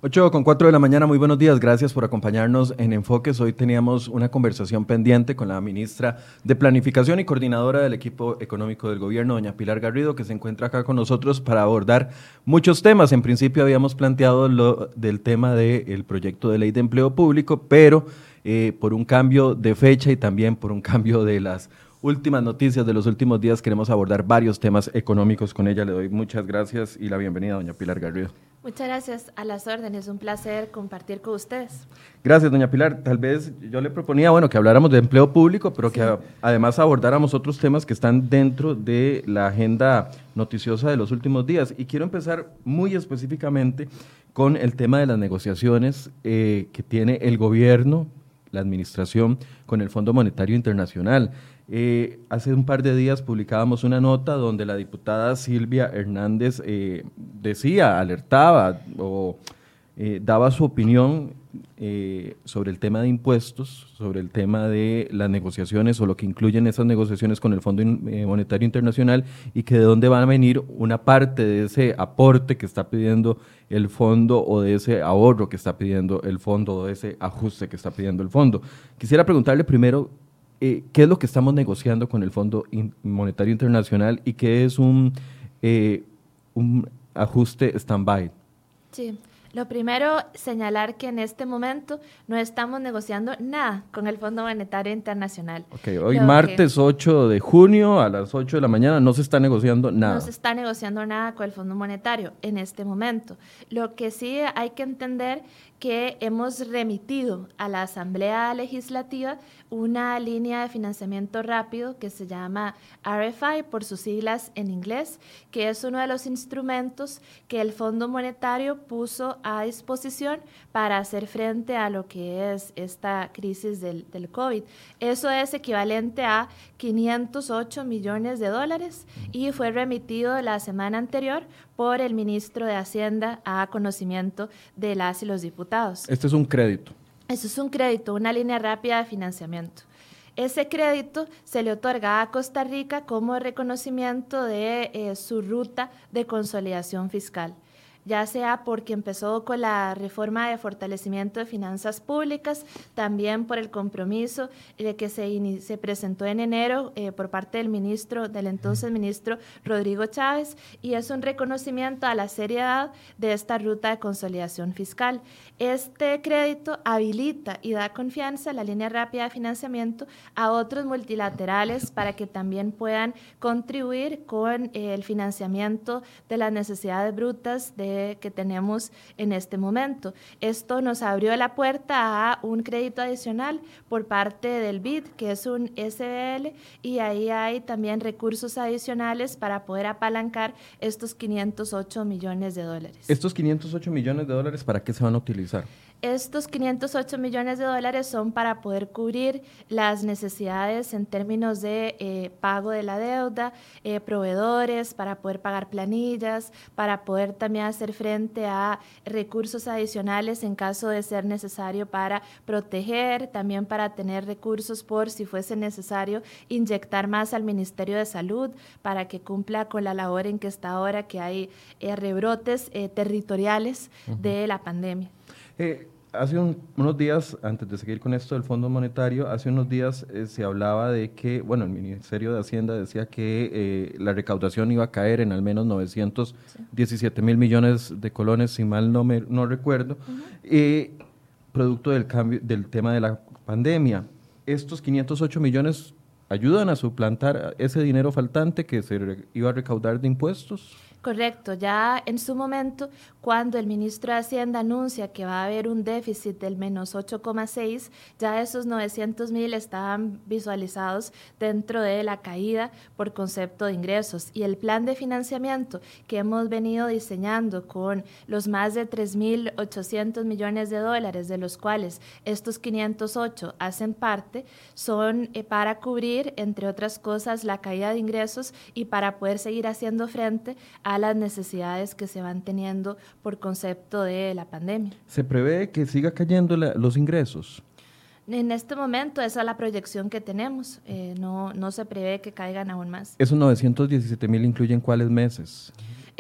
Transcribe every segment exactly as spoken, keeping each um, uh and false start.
ocho con cuatro de la mañana, muy buenos días, gracias por acompañarnos en Enfoques. Hoy teníamos una conversación pendiente con la ministra de Planificación y coordinadora del equipo económico del gobierno, doña Pilar Garrido, que se encuentra acá con nosotros para abordar muchos temas. En principio habíamos planteado lo del tema del proyecto de ley de empleo público, pero eh, por un cambio de fecha y también por un cambio de las últimas noticias de los últimos días, queremos abordar varios temas económicos con ella. Le doy muchas gracias y la bienvenida, doña Pilar Garrido. Muchas gracias, a las órdenes, un placer compartir con ustedes. Gracias, doña Pilar. Tal vez yo le proponía, bueno, que habláramos de empleo público, pero sí, que a, además abordáramos otros temas que están dentro de la agenda noticiosa de los últimos días. Y quiero empezar muy específicamente con el tema de las negociaciones eh, que tiene el gobierno, la administración, con el Fondo Monetario Internacional. Eh, hace un par de días publicábamos una nota donde la diputada Silvia Hernández eh, decía, alertaba o eh, daba su opinión eh, sobre el tema de impuestos, sobre el tema de las negociaciones o lo que incluyen esas negociaciones con el Fondo Monetario Internacional y que de dónde va a venir una parte de ese aporte que está pidiendo el fondo o de ese ahorro que está pidiendo el fondo o de ese ajuste que está pidiendo el fondo. Quisiera preguntarle primero, Eh, ¿qué es lo que estamos negociando con el Fondo Monetario Internacional y qué es un, eh, un ajuste stand-by? Sí, lo primero, señalar que en este momento no estamos negociando nada con el Fondo Monetario Internacional. Ok, hoy lo martes ocho de junio a las ocho de la mañana no se está negociando nada. No se está negociando nada con el Fondo Monetario en este momento. Lo que sí hay que entender que hemos remitido a la Asamblea Legislativa una línea de financiamiento rápido que se llama R F I por sus siglas en inglés, que es uno de los instrumentos que el Fondo Monetario puso a disposición para hacer frente a lo que es esta crisis del, del COVID. Eso es equivalente a quinientos ocho millones de dólares y fue remitido la semana anterior por el ministro de Hacienda a conocimiento de las y los diputados. Este es un crédito. Eso es un crédito, una línea rápida de financiamiento. Ese crédito se le otorga a Costa Rica como reconocimiento de eh, su ruta de consolidación fiscal, ya sea porque empezó con la reforma de fortalecimiento de finanzas públicas, también por el compromiso de que se, se presentó en enero eh, por parte del ministro, del entonces ministro Rodrigo Chávez, y es un reconocimiento a la seriedad de esta ruta de consolidación fiscal. Este crédito habilita y da confianza a la línea rápida de financiamiento a otros multilaterales para que también puedan contribuir con eh, el financiamiento de las necesidades brutas de que tenemos en este momento. Esto nos abrió la puerta a un crédito adicional por parte del B I D, que es un S B L, y ahí hay también recursos adicionales para poder apalancar estos quinientos ocho millones de dólares. ¿Estos quinientos ocho millones de dólares para qué se van a utilizar? Estos quinientos ocho millones de dólares son para poder cubrir las necesidades en términos de eh, pago de la deuda, eh, proveedores, para poder pagar planillas, para poder también hacer frente a recursos adicionales en caso de ser necesario para proteger, también para tener recursos por si fuese necesario inyectar más al Ministerio de Salud para que cumpla con la labor en que está ahora, que hay eh, rebrotes eh, territoriales uh-huh. de la pandemia. Eh, hace un, unos días, antes de seguir con esto del Fondo Monetario, hace unos días eh, se hablaba de que, bueno, el Ministerio de Hacienda decía que eh, la recaudación iba a caer en al menos novecientos diecisiete mil millones de colones, si mal no, me, no recuerdo, uh-huh. eh, producto del, cambio, del tema de la pandemia. Estos quinientos ocho millones ayudan a suplantar ese dinero faltante que se re, iba a recaudar de impuestos. Correcto, ya en su momento, cuando el ministro de Hacienda anuncia que va a haber un déficit del menos ocho coma seis, ya esos novecientos mil estaban visualizados dentro de la caída por concepto de ingresos. Y el plan de financiamiento que hemos venido diseñando con los más de tres mil ochocientos millones de dólares, de los cuales estos quinientos ocho hacen parte, son eh, para cubrir, entre otras cosas, la caída de ingresos y para poder seguir haciendo frente a a las necesidades que se van teniendo por concepto de la pandemia. ¿Se prevé que siga cayendo la, los ingresos? En este momento esa es la proyección que tenemos, eh, no, no se prevé que caigan aún más. ¿Esos novecientos diecisiete mil incluyen cuáles meses?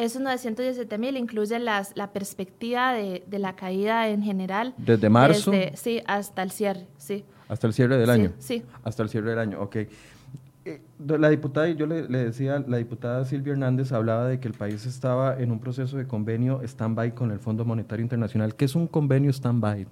Esos novecientos diecisiete mil incluyen las, la perspectiva de, de la caída en general. Desde marzo. Desde, sí, hasta el cierre, sí. Hasta el cierre del sí, año. Sí. Hasta el cierre del año, ok. Eh, la diputada, yo le, le decía, la diputada Silvia Hernández hablaba de que el país estaba en un proceso de convenio stand-by con el Fondo Monetario Internacional. ¿Qué es un convenio stand-by?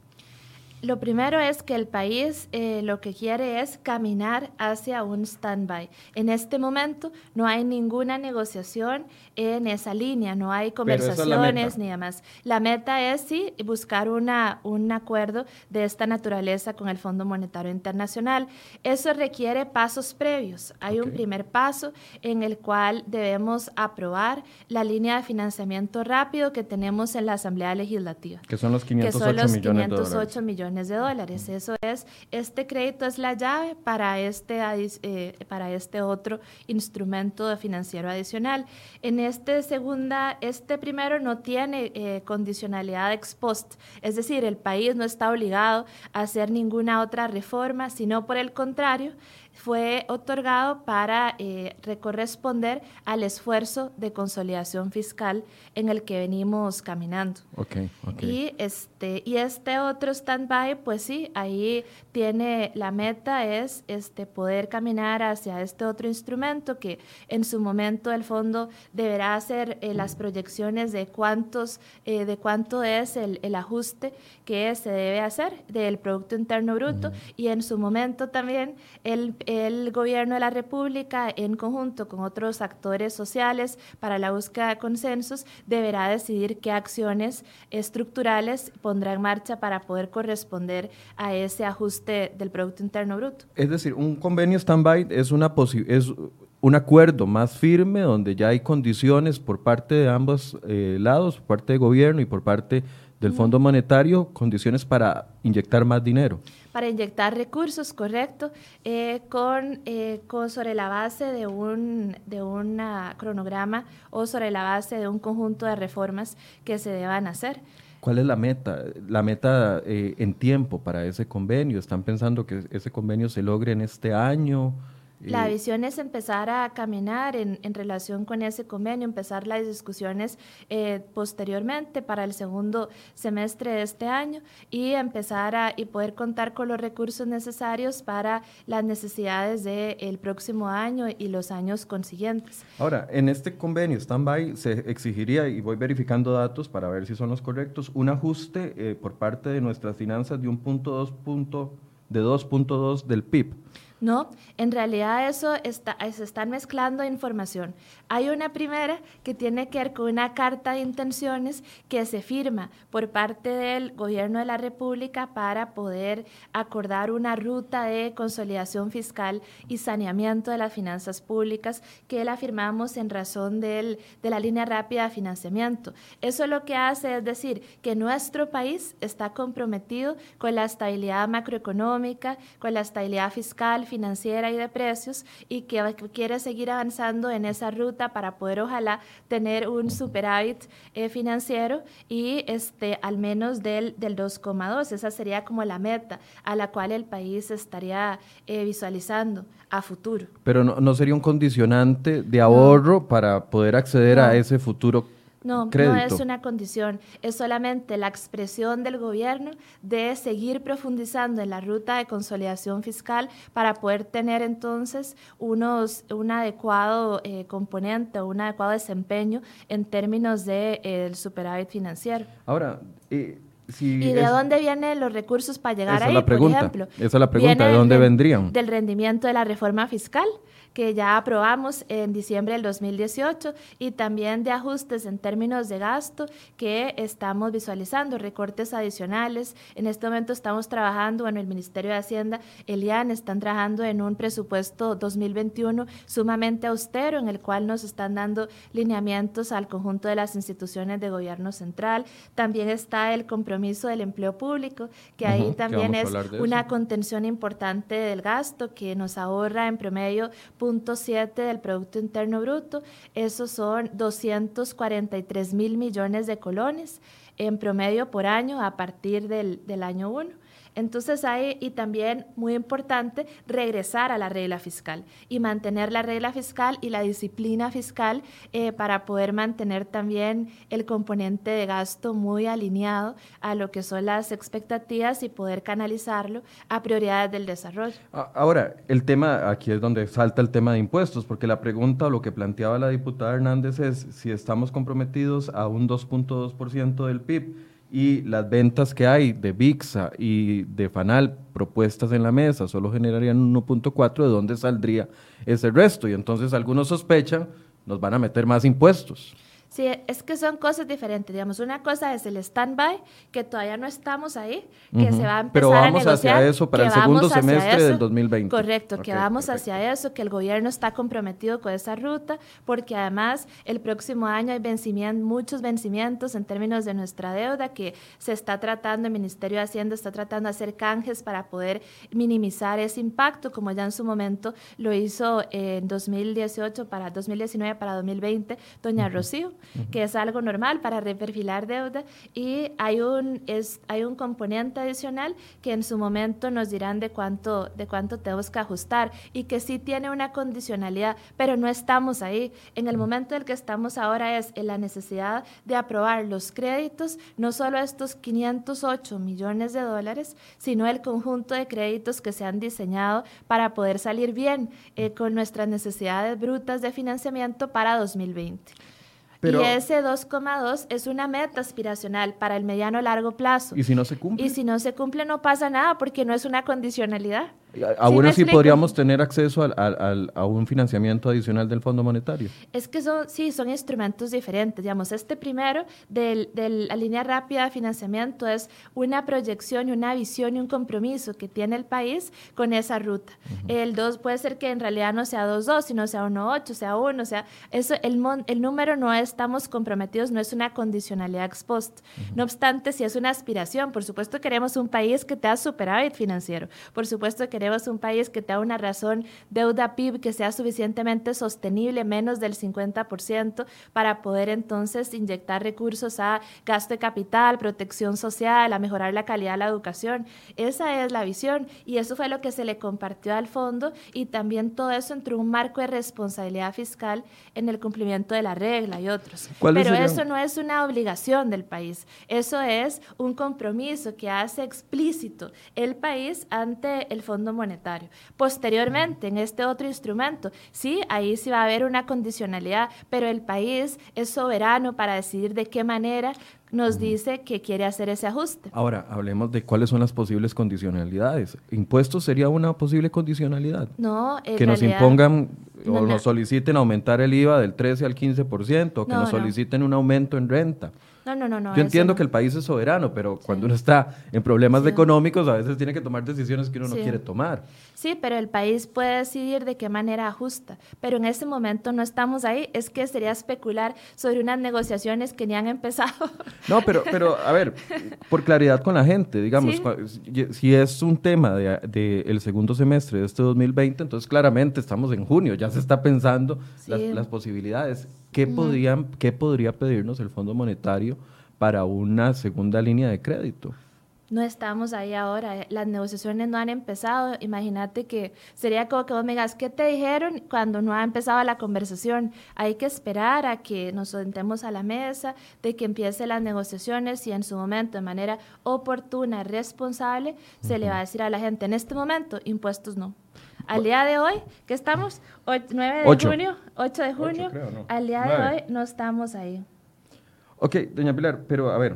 Lo primero es que el país eh, lo que quiere es caminar hacia un stand-by. En este momento no hay ninguna negociación en esa línea, no hay conversaciones ni demás. La meta es sí buscar una, un acuerdo de esta naturaleza con el Fondo Monetario Internacional. Eso requiere pasos previos. Hay okay. un primer paso en el cual debemos aprobar la línea de financiamiento rápido que tenemos en la Asamblea Legislativa. Que son los quinientos ocho millones de dólares. quinientos ocho millones de dólares. Eso es, este crédito es la llave para este, eh, para este otro instrumento financiero adicional. En este segunda, este primero no tiene eh, condicionalidad ex post, es decir, el país no está obligado a hacer ninguna otra reforma, sino por el contrario, fue otorgado para eh, corresponder al esfuerzo de consolidación fiscal en el que venimos caminando. Okay, okay. Y, este, y este otro stand-by, pues sí, ahí tiene, la meta es este, poder caminar hacia este otro instrumento que en su momento el fondo deberá hacer eh, las proyecciones de, cuántos, eh, de cuánto es el, el ajuste que se debe hacer del Producto Interno Bruto, uh-huh. y en su momento también el el gobierno de la República, en conjunto con otros actores sociales para la búsqueda de consensos, deberá decidir qué acciones estructurales pondrá en marcha para poder corresponder a ese ajuste del Producto Interno Bruto. Es decir, un convenio stand-by es, una posi- es un acuerdo más firme donde ya hay condiciones por parte de ambos eh, lados, por parte del gobierno y por parte del Fondo Monetario, condiciones para inyectar más dinero. Para inyectar recursos, correcto, eh, con, eh, con sobre la base de un de un cronograma o sobre la base de un conjunto de reformas que se deban hacer. ¿Cuál es la meta? La meta eh, en tiempo para ese convenio. ¿Están pensando que ese convenio se logre en este año? La visión es empezar a caminar en, en relación con ese convenio, empezar las discusiones eh, posteriormente para el segundo semestre de este año y empezar a y poder contar con los recursos necesarios para las necesidades del próximo año y los años consiguientes. Ahora, en este convenio stand-by se exigiría, y voy verificando datos para ver si son los correctos, un ajuste eh, por parte de nuestras finanzas de un punto dos punto, de dos punto dos del P I B. No, en realidad eso está, se están mezclando información. Hay una primera que tiene que ver con una carta de intenciones que se firma por parte del Gobierno de la República para poder acordar una ruta de consolidación fiscal y saneamiento de las finanzas públicas que la firmamos en razón del, de la línea rápida de financiamiento. Eso lo que hace es decir que nuestro país está comprometido con la estabilidad macroeconómica, con la estabilidad fiscal, financiera y de precios y que quiere seguir avanzando en esa ruta para poder ojalá tener un superávit eh, financiero y este al menos del, del dos coma dos. Esa sería como la meta a la cual el país estaría eh, visualizando a futuro. Pero no, no sería un condicionante de ahorro no. para poder acceder no. a ese futuro No, crédito. No es una condición, es solamente la expresión del gobierno de seguir profundizando en la ruta de consolidación fiscal para poder tener entonces unos, un adecuado eh, componente o un adecuado desempeño en términos del de, eh, superávit financiero. Ahora, eh, si ¿y de es, dónde vienen los recursos para llegar esa ahí, es la pregunta, por ejemplo? Esa es la pregunta, ¿de dónde del, vendrían? Del rendimiento de la reforma fiscal, que ya aprobamos en diciembre del dos mil dieciocho, y también de ajustes en términos de gasto que estamos visualizando, recortes adicionales. En este momento estamos trabajando, bueno, el Ministerio de Hacienda, el I A N, están trabajando en un presupuesto dos mil veintiuno sumamente austero, en el cual nos están dando lineamientos al conjunto de las instituciones de gobierno central. También está el compromiso del empleo público, que ahí uh-huh, también es una contención importante del gasto, que nos ahorra en promedio punto siete del Producto Interno Bruto. Esos son doscientos cuarenta y tres mil millones de colones en promedio por año a partir del, del año uno. Entonces hay, y también muy importante, regresar a la regla fiscal y mantener la regla fiscal y la disciplina fiscal eh, para poder mantener también el componente de gasto muy alineado a lo que son las expectativas y poder canalizarlo a prioridades del desarrollo. Ahora, el tema, aquí es donde salta el tema de impuestos, porque la pregunta o lo que planteaba la diputada Hernández es si estamos comprometidos a un dos punto dos por ciento del P I B y las ventas que hay de VIXA y de FANAL propuestas en la mesa solo generarían uno punto cuatro, ¿de dónde saldría ese resto? Y entonces algunos sospechan, nos van a meter más impuestos. Sí, es que son cosas diferentes. Digamos, una cosa es el stand-by, que todavía no estamos ahí, que uh-huh. se va a empezar Pero vamos a negociar. Hacia eso para el segundo semestre eso. del dos mil veinte. Correcto, okay, que vamos perfecto. hacia eso, que el gobierno está comprometido con esa ruta, porque además el próximo año hay vencimientos, muchos vencimientos en términos de nuestra deuda, que se está tratando, el Ministerio de Hacienda está tratando de hacer canjes para poder minimizar ese impacto, como ya en su momento lo hizo en dos mil dieciocho, para dos mil diecinueve, para dos mil veinte, doña uh-huh. Rocío, uh-huh. que es algo normal para reperfilar deuda, y hay un, es, hay un componente adicional que en su momento nos dirán de cuánto, de cuánto tenemos que ajustar y que sí tiene una condicionalidad, pero no estamos ahí. En el momento en el que estamos ahora es en la necesidad de aprobar los créditos, no solo estos quinientos ocho millones de dólares, sino el conjunto de créditos que se han diseñado para poder salir bien eh, con nuestras necesidades brutas de financiamiento para dos mil veinte. Pero, y ese dos coma dos es una meta aspiracional para el mediano largo plazo. ¿Y si no se cumple? Y si no se cumple no pasa nada porque no es una condicionalidad. Aún así podríamos tener acceso al, al, a un financiamiento adicional del Fondo Monetario. Es que son, sí, son instrumentos diferentes. Digamos, este primero de la línea rápida de financiamiento es una proyección y una visión y un compromiso que tiene el país con esa ruta. Uh-huh. El dos puede ser que en realidad no sea dos punto dos, sino sea uno punto ocho, sea uno, o sea, eso, el, mon, el número no estamos comprometidos, no es una condicionalidad ex post. Uh-huh. No obstante, si es una aspiración, por supuesto queremos un país que tenga superávit financiero, por supuesto que queremos un país que tenga una razón deuda P I B que sea suficientemente sostenible, menos del cincuenta por ciento, para poder entonces inyectar recursos a gasto de capital, protección social, a mejorar la calidad de la educación. Esa es la visión y eso fue lo que se le compartió al fondo, y también todo eso entre un marco de responsabilidad fiscal en el cumplimiento de la regla y otros. Pero serían? Eso no es una obligación del país, eso es un compromiso que hace explícito el país ante el Fondo Monetario. Posteriormente, en este otro instrumento, sí, ahí sí va a haber una condicionalidad, pero el país es soberano para decidir de qué manera nos dice que quiere hacer ese ajuste. Ahora, hablemos de cuáles son las posibles condicionalidades. ¿Impuestos sería una posible condicionalidad? No, en Que nos realidad, impongan o no, no. nos soliciten aumentar el I V A del trece al quince por ciento, o que no, nos no. soliciten un aumento en renta. No, no, no, no. Yo entiendo no. que el país es soberano, pero sí. cuando uno está en problemas sí. económicos, a veces tiene que tomar decisiones que uno sí. no quiere tomar. Sí, pero el país puede decidir de qué manera ajusta. Pero en este momento no estamos ahí. Es que sería especular sobre unas negociaciones que ni han empezado. No, pero, pero a ver, por claridad con la gente, digamos, ¿Sí? si es un tema del de, de segundo semestre de este dos mil veinte, entonces claramente estamos en junio, ya se está pensando sí. las, las posibilidades. ¿Qué, uh-huh. podrían, ¿Qué podría pedirnos el Fondo Monetario para una segunda línea de crédito? No estamos ahí ahora, las negociaciones no han empezado. Imagínate que sería como que vos me digas, ¿qué te dijeron cuando no ha empezado la conversación? Hay que esperar a que nos sentemos a la mesa, de que empiecen las negociaciones y en su momento, de manera oportuna, responsable, uh-huh. se le va a decir a la gente, en este momento, impuestos no. Al día de hoy, ¿qué estamos? nueve de junio, ocho de junio, ocho, creo, ¿no? Al día nueve. de hoy no estamos ahí. Ok, doña Pilar, pero a ver,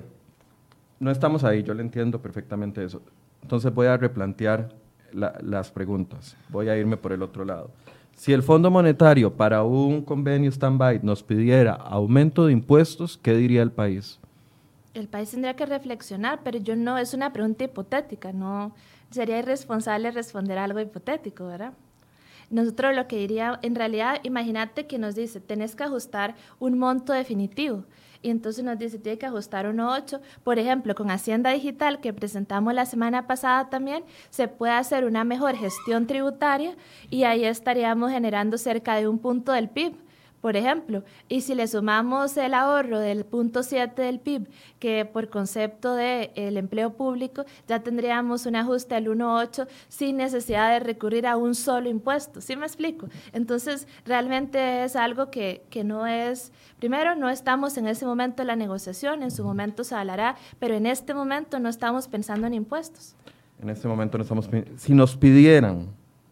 no estamos ahí, yo le entiendo perfectamente eso. Entonces voy a replantear la, las preguntas, voy a irme por el otro lado. Si el Fondo Monetario para un convenio stand-by nos pidiera aumento de impuestos, ¿qué diría el país? El país tendría que reflexionar, pero yo no, es una pregunta hipotética, no sería irresponsable responder algo hipotético, ¿verdad? Nosotros lo que diría, en realidad, imagínate que nos dice, tenés que ajustar un monto definitivo, y entonces nos dice, tiene que ajustar uno punto ocho. Por ejemplo, con Hacienda Digital, que presentamos la semana pasada también, se puede hacer una mejor gestión tributaria, y ahí estaríamos generando cerca de un punto del P I B, por ejemplo. Y si le sumamos el ahorro del punto siete del P I B, que por concepto del empleo público, ya tendríamos un ajuste del uno punto ocho sin necesidad de recurrir a un solo impuesto. ¿Sí me explico? Entonces, realmente es algo que, que no es, primero, no estamos en ese momento en la negociación, en su momento se hablará, pero en este momento no estamos pensando en impuestos. En este momento no estamos, si nos pidieran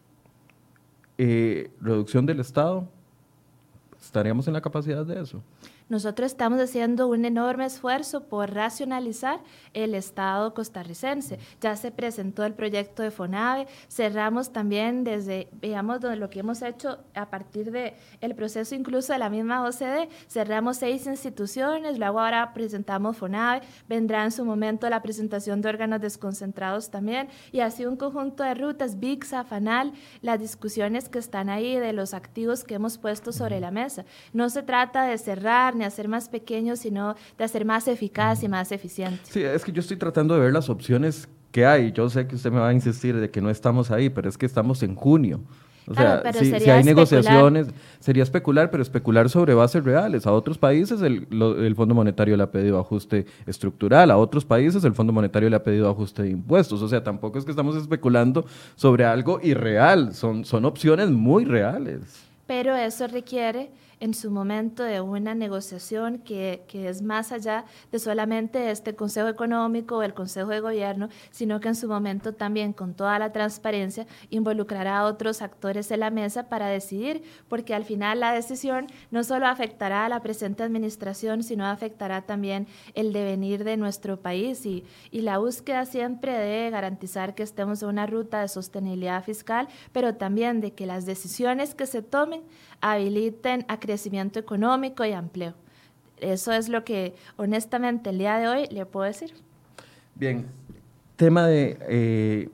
eh, reducción del Estado, ¿estaríamos en la capacidad de eso? Nosotros estamos haciendo un enorme esfuerzo por racionalizar el Estado costarricense. Ya se presentó el proyecto de FONAVE, cerramos también desde, veamos, lo que hemos hecho a partir del proceso incluso de la misma O C D, cerramos seis instituciones, luego ahora presentamos FONAVE, vendrá en su momento la presentación de órganos desconcentrados también, y así un conjunto de rutas, V I C S A, FANAL, las discusiones que están ahí de los activos que hemos puesto sobre la mesa. No se trata de cerrar ni hacer más pequeño, sino de hacer más eficaz y más eficiente. Sí, es que yo estoy tratando de ver las opciones que hay. Yo sé que usted me va a insistir de que no estamos ahí, pero es que estamos en junio. O claro, sea, pero si, sería si hay especular. negociaciones, sería especular, pero especular sobre bases reales. A otros países el, lo, el Fondo Monetario le ha pedido ajuste estructural, a otros países el Fondo Monetario le ha pedido ajuste de impuestos. O sea, tampoco es que estamos especulando sobre algo irreal, son, son opciones muy reales. Pero eso requiere en su momento de una negociación que, que es más allá de solamente este Consejo Económico o el Consejo de Gobierno, sino que en su momento también con toda la transparencia involucrará a otros actores en la mesa para decidir, porque al final la decisión no solo afectará a la presente administración, sino afectará también el devenir de nuestro país y, y la búsqueda siempre de garantizar que estemos en una ruta de sostenibilidad fiscal, pero también de que las decisiones que se tomen habiliten a crecimiento económico y empleo. Eso es lo que honestamente el día de hoy le puedo decir. Bien, tema de eh,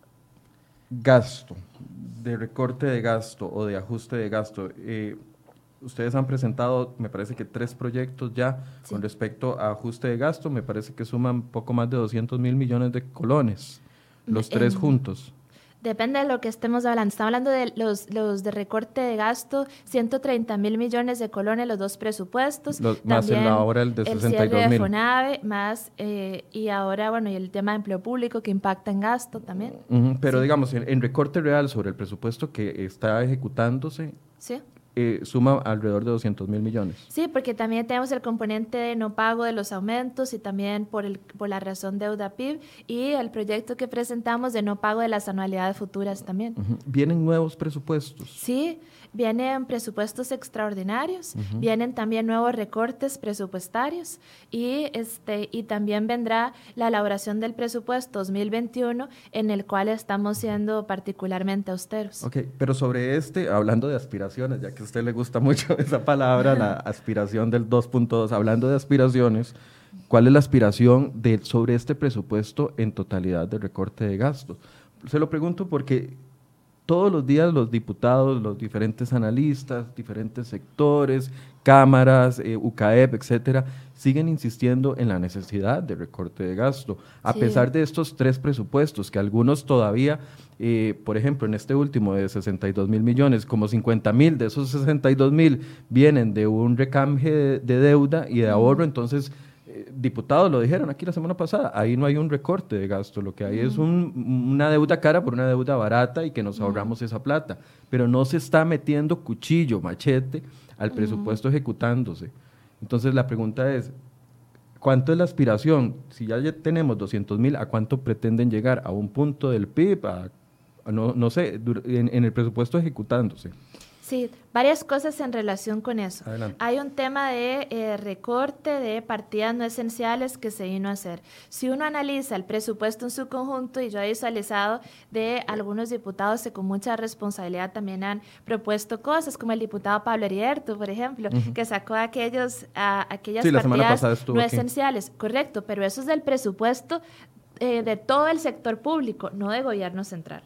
gasto, de recorte de gasto o de ajuste de gasto. Eh, ustedes han presentado, me parece que tres proyectos ya sí. Con respecto a ajuste de gasto, me parece que suman poco más de doscientos mil millones de colones, los en, tres juntos. Depende de lo que estemos hablando. Estamos hablando de los, los de recorte de gasto, ciento treinta mil millones de colones, los dos presupuestos. Los, más también en la hora el de sesenta y dos mil. El cierre de FONAVE, más, eh, y ahora, bueno, y el tema de empleo público que impacta en gasto también. Uh-huh, pero sí. digamos, en, en recorte real sobre el presupuesto que está ejecutándose, sí. Eh, suma alrededor de doscientos mil millones. Sí, porque también tenemos el componente de no pago de los aumentos y también por, el, por la razón deuda P I B y el proyecto que presentamos de no pago de las anualidades futuras también. Uh-huh. ¿Vienen nuevos presupuestos? Sí, vienen presupuestos extraordinarios, uh-huh. vienen también nuevos recortes presupuestarios y, este, y también vendrá la elaboración del presupuesto dos mil veintiuno en el cual estamos siendo particularmente austeros. Ok, pero sobre este, hablando de aspiraciones, ya que a usted le gusta mucho esa palabra, la aspiración del dos punto dos, hablando de aspiraciones, ¿cuál es la aspiración de, sobre este presupuesto en totalidad de recorte de gastos? Se lo pregunto porque todos los días los diputados, los diferentes analistas, diferentes sectores, cámaras, eh, U C A E P, etcétera, siguen insistiendo en la necesidad de recorte de gasto, a sí. pesar de estos tres presupuestos, que algunos todavía, eh, por ejemplo, en este último de sesenta y dos mil millones, como cincuenta mil de esos sesenta y dos mil vienen de un recanje de, de deuda y de ahorro, entonces eh, diputados lo dijeron aquí la semana pasada, ahí no hay un recorte de gasto, lo que hay mm. es un, una deuda cara por una deuda barata y que nos ahorramos mm. esa plata, pero no se está metiendo cuchillo, machete al presupuesto mm. ejecutándose. Entonces la pregunta es, ¿cuánto es la aspiración? Si ya, ya tenemos doscientos mil, ¿a cuánto pretenden llegar? ¿A un punto del P I B? A, a no, no sé, en, en el presupuesto ejecutándose. Sí, varias cosas en relación con eso. Adelante. Hay un tema de eh, recorte de partidas no esenciales que se vino a hacer. Si uno analiza el presupuesto en su conjunto, y yo he visualizado de algunos diputados que con mucha responsabilidad también han propuesto cosas, como el diputado Pablo Heriberto, por ejemplo, uh-huh. que sacó aquellos, a, aquellas sí, partidas no aquí. esenciales. Correcto, pero eso es del presupuesto eh, de todo el sector público, no de gobierno central.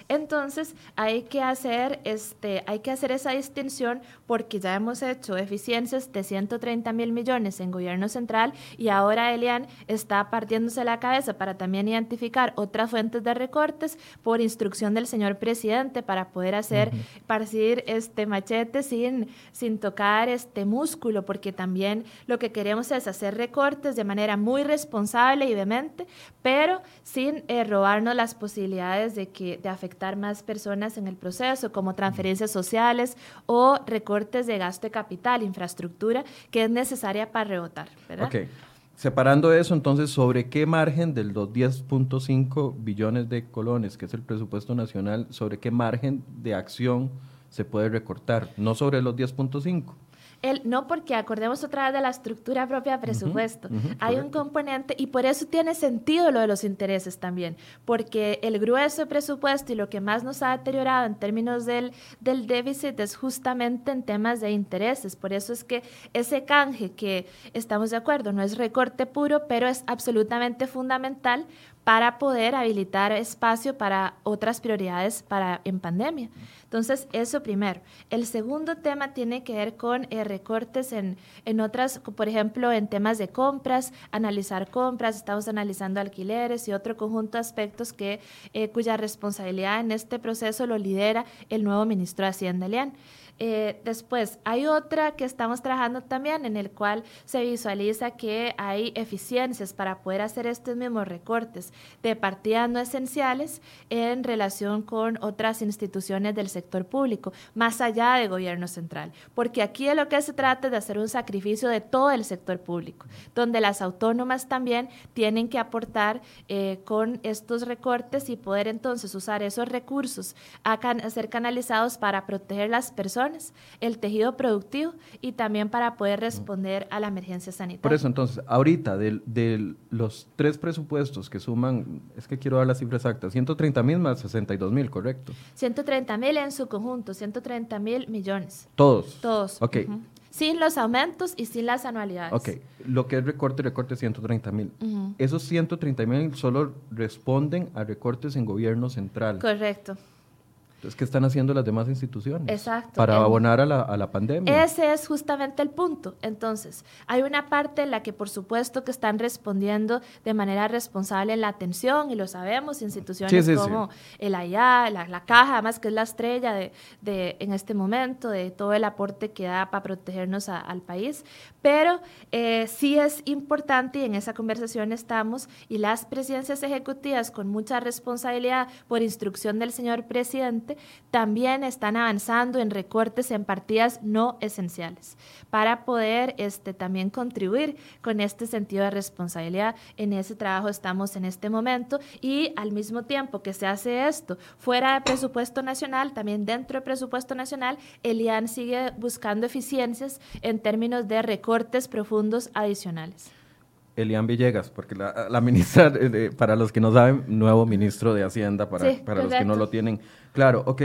Entonces, hay que hacer, este, hay que hacer esa distinción porque ya hemos hecho eficiencias de ciento treinta mil millones en gobierno central y ahora Elian está partiéndose la cabeza para también identificar otras fuentes de recortes por instrucción del señor presidente para poder hacer, uh-huh. parcir este machete sin, sin tocar este músculo, porque también lo que queremos es hacer recortes de manera muy responsable y vehemente, pero sin eh, robarnos las posibilidades de, que, de afectar más personas en el proceso, como transferencias sociales o recortes de gasto de capital, infraestructura, que es necesaria para rebotar, ¿verdad? Ok. Separando eso, entonces, ¿sobre qué margen de los diez punto cinco billones de colones, que es el presupuesto nacional, sobre qué margen de acción se puede recortar? No sobre los diez punto cinco. El, no, porque acordemos otra vez de la estructura propia de presupuesto. Uh-huh, uh-huh, Hay correcto. Un componente, y por eso tiene sentido lo de los intereses también, porque el grueso de presupuesto y lo que más nos ha deteriorado en términos del, del déficit es justamente en temas de intereses. Por eso es que ese canje, que estamos de acuerdo, no es recorte puro, pero es absolutamente fundamental para poder habilitar espacio para otras prioridades para, en pandemia. Entonces, eso primero. El segundo tema tiene que ver con eh, recortes en, en otras, por ejemplo, en temas de compras, analizar compras, estamos analizando alquileres y otro conjunto de aspectos que, eh, cuya responsabilidad en este proceso lo lidera el nuevo ministro de Hacienda, Elian. Eh, después, hay otra que estamos trabajando también, en el cual se visualiza que hay eficiencias para poder hacer estos mismos recortes de partidas no esenciales en relación con otras instituciones del sector público, más allá de gobierno central, porque aquí de lo que se trata es de hacer un sacrificio de todo el sector público, donde las autónomas también tienen que aportar eh, con estos recortes y poder entonces usar esos recursos a, can- a ser canalizados para proteger las personas, el tejido productivo y también para poder responder a la emergencia sanitaria. Por eso, entonces, ahorita de, de los tres presupuestos que suman, es que quiero dar la cifra exacta, ciento treinta mil más sesenta y dos mil, ¿correcto? ciento treinta mil en su conjunto, ciento treinta mil millones. ¿Todos? Todos. Ok. Uh-huh. Sin los aumentos y sin las anualidades. Ok, lo que es recorte, recorte ciento treinta mil. Uh-huh. Esos ciento treinta mil solo responden a recortes en gobierno central. Correcto. Entonces, ¿qué están haciendo las demás instituciones? Exacto. Para abonar a la, a la pandemia. Ese es justamente el punto. Entonces, hay una parte en la que, por supuesto, que están respondiendo de manera responsable en la atención, y lo sabemos, instituciones sí, sí, como sí. el A I A, la, la Caja, además que es la estrella de, de, en este momento, de todo el aporte que da para protegernos a, al país. Pero eh, sí es importante, y en esa conversación estamos, y las presidencias ejecutivas, con mucha responsabilidad, por instrucción del señor presidente, también están avanzando en recortes en partidas no esenciales para poder este, también contribuir con este sentido de responsabilidad. En ese trabajo estamos en este momento, y al mismo tiempo que se hace esto fuera de presupuesto nacional, también dentro del presupuesto nacional, el I A N sigue buscando eficiencias en términos de recortes profundos adicionales. Elian Villegas, porque la, la ministra, eh, para los que no saben, nuevo ministro de Hacienda, para, sí, para los que no lo tienen claro. Ok,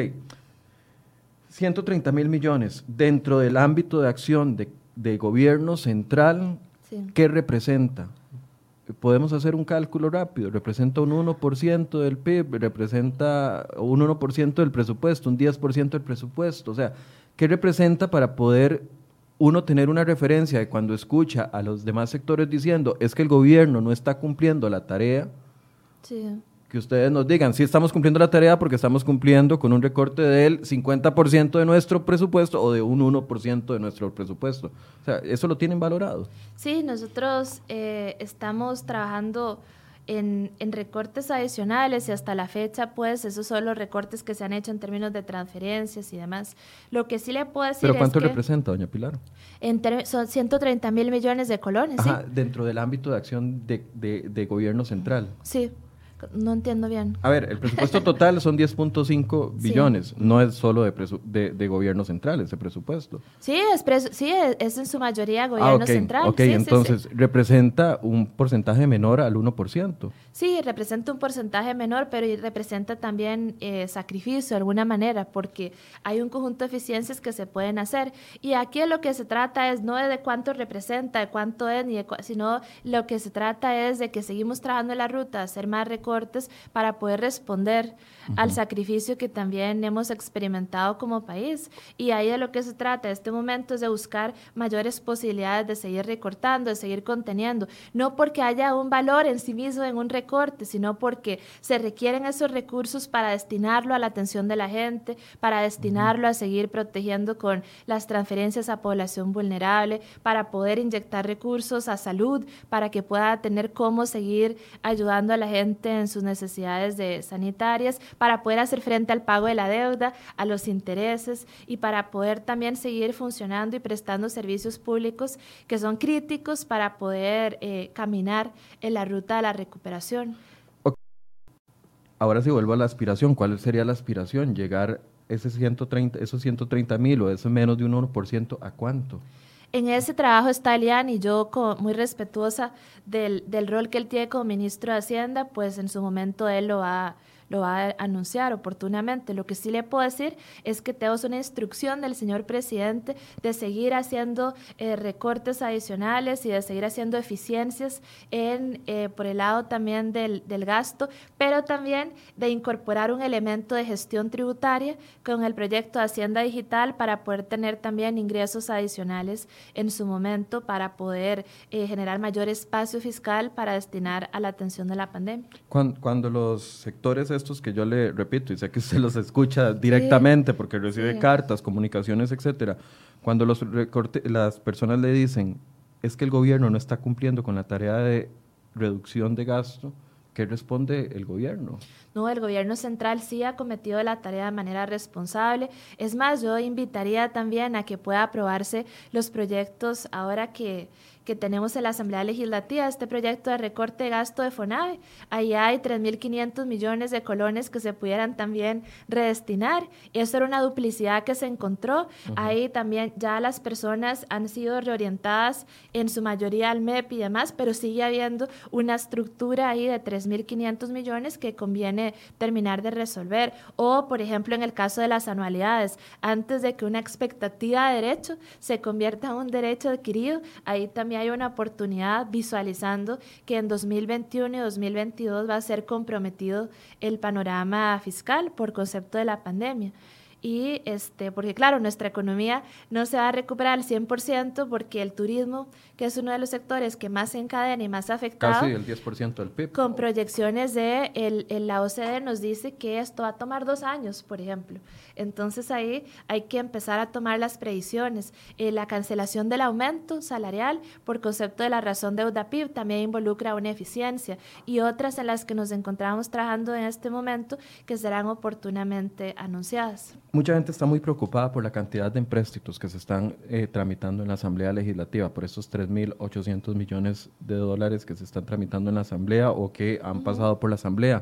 ciento treinta mil millones dentro del ámbito de acción de, de gobierno central, sí. ¿Qué representa? Podemos hacer un cálculo rápido, representa un uno por ciento del P I B, representa un uno por ciento del presupuesto, un diez por ciento del presupuesto, o sea, ¿qué representa para poder uno tener una referencia de cuando escucha a los demás sectores diciendo es que el gobierno no está cumpliendo la tarea? Sí. Que ustedes nos digan, sí estamos cumpliendo la tarea porque estamos cumpliendo con un recorte del cincuenta por ciento de nuestro presupuesto o de un uno por ciento de nuestro presupuesto. O sea, ¿eso lo tienen valorado? Sí, nosotros eh, estamos trabajando En, en recortes adicionales, y hasta la fecha, pues, esos son los recortes que se han hecho en términos de transferencias y demás. Lo que sí le puedo decir ¿Pero cuánto es que representa, doña Pilar? En ter- son ciento treinta mil millones de colones, Ajá, ¿sí? Dentro del ámbito de acción de, de, de gobierno central. Sí. No entiendo bien. A ver, el presupuesto total son diez punto cinco billones, sí. No es solo de, presu- de, de gobierno central ese presupuesto. Sí, es, presu- sí, es en su mayoría gobierno ah, okay, central. Ok, sí, entonces sí, sí. representa un porcentaje menor al uno por ciento. Sí, representa un porcentaje menor, pero representa también eh, sacrificio de alguna manera, porque hay un conjunto de eficiencias que se pueden hacer. Y aquí lo que se trata es no de cuánto representa, de cuánto es, ni de cu- sino lo que se trata es de que seguimos trabajando en la ruta, hacer más recortes, recortes para poder responder uh-huh. al sacrificio que también hemos experimentado como país. Y ahí de lo que se trata en este momento es de buscar mayores posibilidades de seguir recortando, de seguir conteniendo, no porque haya un valor en sí mismo en un recorte, sino porque se requieren esos recursos para destinarlo a la atención de la gente, para destinarlo uh-huh. a seguir protegiendo con las transferencias a población vulnerable, para poder inyectar recursos a salud, para que pueda tener cómo seguir ayudando a la gente en sus necesidades de sanitarias, para poder hacer frente al pago de la deuda, a los intereses y para poder también seguir funcionando y prestando servicios públicos que son críticos para poder eh, caminar en la ruta de la recuperación. Okay. Ahora sí vuelvo a la aspiración. ¿Cuál sería la aspiración? ¿Llegar ese ciento treinta, esos ciento treinta mil o ese menos de un uno por ciento a cuánto? En ese trabajo está Elian y yo, como muy respetuosa del, del rol que él tiene como ministro de Hacienda, pues en su momento él lo va, lo va a anunciar oportunamente. Lo que sí le puedo decir es que tenemos una instrucción del señor presidente de seguir haciendo eh, recortes adicionales y de seguir haciendo eficiencias en, eh, por el lado también del, del gasto, pero también de incorporar un elemento de gestión tributaria con el proyecto de Hacienda Digital para poder tener también ingresos adicionales en su momento para poder eh, generar mayor espacio fiscal para destinar a la atención de la pandemia. Cuando, cuando los sectores estos que yo le repito, y sé que usted los escucha directamente sí, porque recibe sí. cartas, comunicaciones, etcétera, cuando los recorte, las personas le dicen es que el gobierno no está cumpliendo con la tarea de reducción de gasto, ¿qué responde el gobierno? No, el gobierno central sí ha cometido la tarea de manera responsable. Es más, yo invitaría también a que pueda aprobarse los proyectos ahora que, que tenemos en la Asamblea Legislativa, este proyecto de recorte de gasto de FONAVE. Ahí hay tres mil quinientos millones de colones que se pudieran también redestinar. Eso era una duplicidad que se encontró. Uh-huh. Ahí también ya las personas han sido reorientadas en su mayoría al M E P y demás, pero sigue habiendo una estructura ahí de tres mil quinientos millones que conviene terminar de resolver. O, por ejemplo, en el caso de las anualidades, antes de que una expectativa de derecho se convierta en un derecho adquirido, ahí también hay una oportunidad visualizando que en dos mil veintiuno y dos mil veintidós va a ser comprometido el panorama fiscal por concepto de la pandemia. Y este, porque claro, nuestra economía no se va a recuperar al cien por ciento porque el turismo, que es uno de los sectores que más se encadena y más afectado. Casi el diez por ciento del P I B. Con proyecciones de el, el, la O C D E nos dice que esto va a tomar dos años, por ejemplo. Entonces ahí hay que empezar a tomar las previsiones. Eh, la cancelación del aumento salarial por concepto de la razón deuda P I B también involucra una eficiencia y otras en las que nos encontramos trabajando en este momento que serán oportunamente anunciadas. Mucha gente está muy preocupada por la cantidad de empréstitos que se están eh, tramitando en la Asamblea Legislativa, por esos tres mil ochocientos millones de dólares que se están tramitando en la Asamblea o que han uh-huh. pasado por la Asamblea.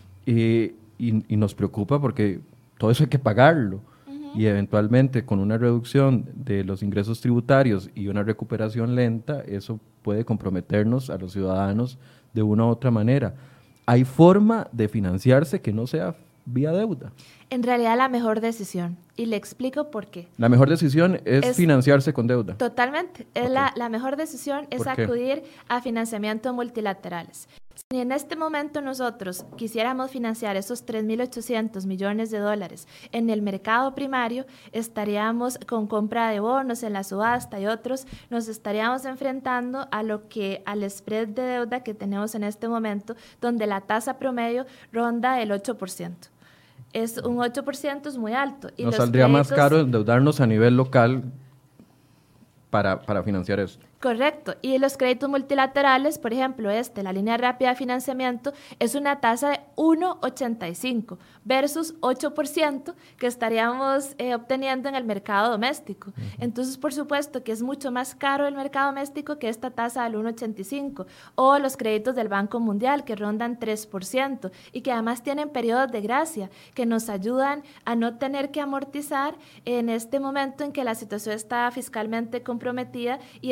Y, y, y nos preocupa porque todo eso hay que pagarlo. Uh-huh. Y eventualmente con una reducción de los ingresos tributarios y una recuperación lenta, eso puede comprometernos a los ciudadanos de una u otra manera. ¿Hay forma de financiarse que no sea vía deuda? En realidad la mejor decisión, y le explico por qué. La mejor decisión es, es financiarse con deuda. Totalmente, es okay. la, la mejor decisión es acudir a financiamiento multilaterales. Si en este momento nosotros quisiéramos financiar esos tres mil ochocientos millones de dólares en el mercado primario, estaríamos con compra de bonos en la subasta y otros, nos estaríamos enfrentando a lo que al spread de deuda que tenemos en este momento, donde la tasa promedio ronda el ocho por ciento. Es un ocho por ciento, es muy alto. Y nos saldría créditos, más caro endeudarnos a nivel local para, para financiar esto. Correcto. Y los créditos multilaterales, por ejemplo, este, la línea rápida de financiamiento, es una tasa de uno coma ochenta y cinco versus ocho por ciento que estaríamos eh, obteniendo en el mercado doméstico. Uh-huh. Entonces, por supuesto que es mucho más caro el mercado doméstico que esta tasa del uno coma ochenta y cinco. O los créditos del Banco Mundial, que rondan tres por ciento y que además tienen periodos de gracia, que nos ayudan a no tener que amortizar en este momento en que la situación está fiscalmente comprometida y esperar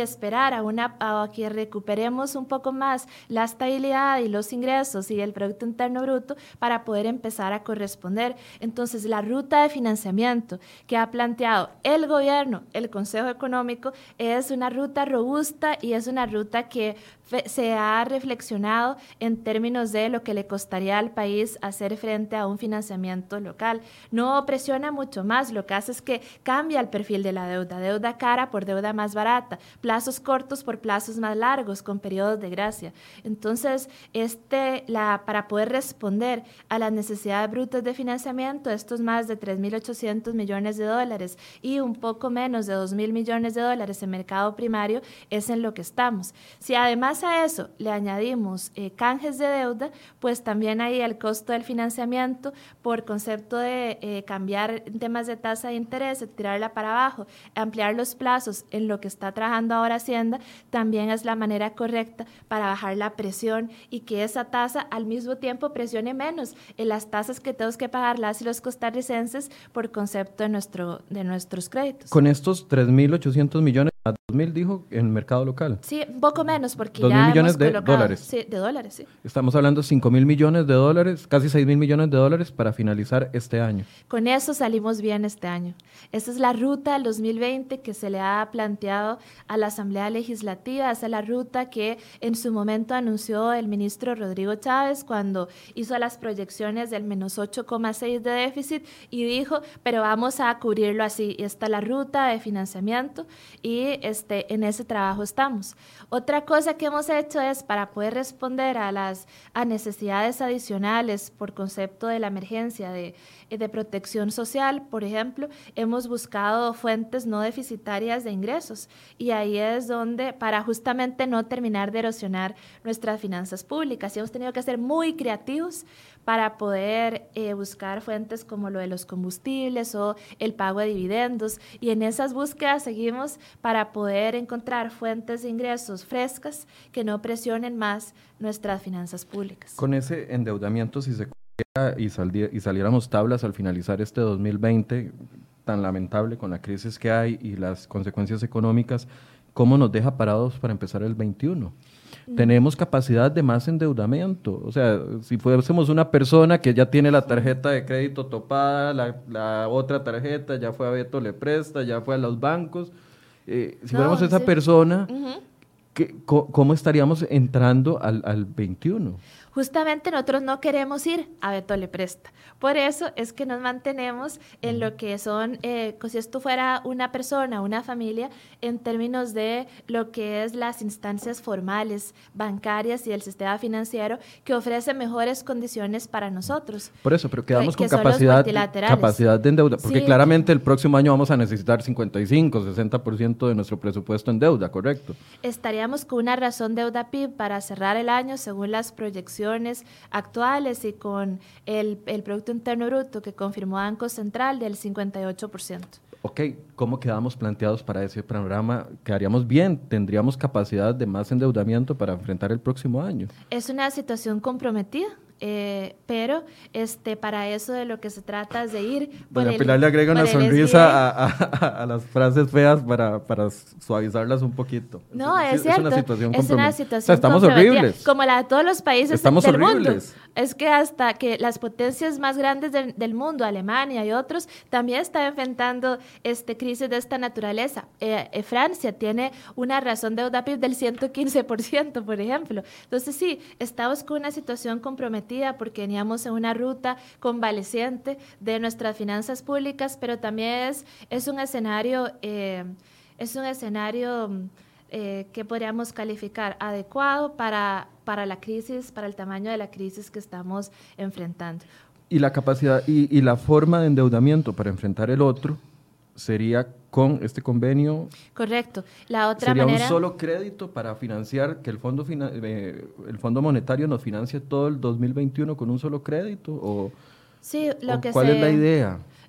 esperar a, una, a que recuperemos un poco más la estabilidad y los ingresos y el Producto Interno Bruto para poder empezar a corresponder. Entonces, la ruta de financiamiento que ha planteado el gobierno, el Consejo Económico, es una ruta robusta y es una ruta que se ha reflexionado en términos de lo que le costaría al país hacer frente a un financiamiento local. No presiona mucho más, lo que hace es que cambia el perfil de la deuda, deuda cara por deuda más barata, plazos cortos por plazos más largos, con periodos de gracia. Entonces, este, la, para poder responder a las necesidades brutas de financiamiento, estos más de tres mil ochocientos millones de dólares y un poco menos de dos mil millones de dólares en mercado primario, es en lo que estamos. Si además a eso le añadimos eh, canjes de deuda, pues también ahí el costo del financiamiento por concepto de eh, cambiar temas de tasa de interés, tirarla para abajo, ampliar los plazos en lo que está trabajando ahora Hacienda, también es la manera correcta para bajar la presión y que esa tasa al mismo tiempo presione menos en las tasas que tenemos que pagar las y los costarricenses por concepto de, nuestro, de nuestros créditos. Con estos tres mil ochocientos millones, a dos mil dijo en mercado local. Sí, un poco menos porque dos ya mil millones hemos de colocado, dólares. Sí, de dólares, sí. Estamos hablando de cinco mil millones de dólares, casi seis mil millones de dólares para finalizar este año. Con eso salimos bien este año. Esa es la ruta del dos mil veinte que se le ha planteado a la Asamblea Legislativa. Esa es la ruta que en su momento anunció el ministro Rodrigo Chávez cuando hizo las proyecciones del menos ocho coma seis de déficit y dijo, pero vamos a cubrirlo así. Y esta es la ruta de financiamiento y este, en ese trabajo estamos. Otra cosa que hemos hecho es para poder responder a las a necesidades adicionales por concepto de la emergencia de, de protección social, por ejemplo, hemos buscado fuentes no deficitarias de ingresos y ahí es donde, para justamente no terminar de erosionar nuestras finanzas públicas, y hemos tenido que ser muy creativos para poder eh, buscar fuentes como lo de los combustibles o el pago de dividendos, y en esas búsquedas seguimos para poder encontrar fuentes de ingresos frescas que no presionen más nuestras finanzas públicas. Con ese endeudamiento, si se cumpliera y, saldi- y saliéramos tablas al finalizar este dos mil veinte, tan lamentable con la crisis que hay y las consecuencias económicas, ¿cómo nos deja parados para empezar el veintiuno? Mm. Tenemos capacidad de más endeudamiento, o sea, si fuésemos una persona que ya tiene la tarjeta de crédito topada, la, la otra tarjeta ya fue a Beto le presta, ya fue a los bancos, eh, si no, fuéramos esa sí. persona, uh-huh. ¿qué, co- ¿cómo estaríamos entrando al, al veintiuno? Justamente nosotros no queremos ir a Beto le presta. Por eso es que nos mantenemos en lo que son, eh, si esto fuera una persona, una familia, en términos de lo que es las instancias formales, bancarias y el sistema financiero que ofrece mejores condiciones para nosotros. Por eso, pero quedamos que, con que capacidad, capacidad de endeuda, porque sí. Claramente el próximo año vamos a necesitar cincuenta y cinco, sesenta por ciento de nuestro presupuesto en deuda, ¿correcto? Estaríamos con una razón deuda P I B para cerrar el año según las proyecciones actuales y con el, el Producto Interno Bruto que confirmó Banco Central del cincuenta y ocho por ciento. Ok, ¿cómo quedamos planteados para ese panorama? ¿Quedaríamos bien? ¿Tendríamos capacidad de más endeudamiento para enfrentar el próximo año? Es una situación comprometida. Eh, pero este para eso de lo que se trata es de ir... Doña Pilar le agrega una sonrisa a, a, a las frases feas para, para suavizarlas un poquito. No, es, es, es cierto, una situación es una situación o sea, estamos horribles. Como la de todos los países estamos del horribles. mundo. Es que hasta que las potencias más grandes de, del mundo, Alemania y otros, también están enfrentando este, crisis de esta naturaleza. Eh, eh, Francia tiene una razón de deuda P I B del ciento quince por ciento, por ejemplo. Entonces sí, estamos con una situación comprometida porque veníamos en una ruta convaleciente de nuestras finanzas públicas, pero también es, es un escenario, eh, es un escenario eh, que podríamos calificar adecuado para, para la crisis, para el tamaño de la crisis que estamos enfrentando. Y la capacidad y, y la forma de endeudamiento para enfrentar el otro sería con este convenio. Correcto. La otra sería manera, un solo crédito para financiar que el fondo fina, eh, el Fondo Monetario nos financie todo el dos mil veintiuno con un solo crédito o, sí, lo o que ¿cuál se, es la idea?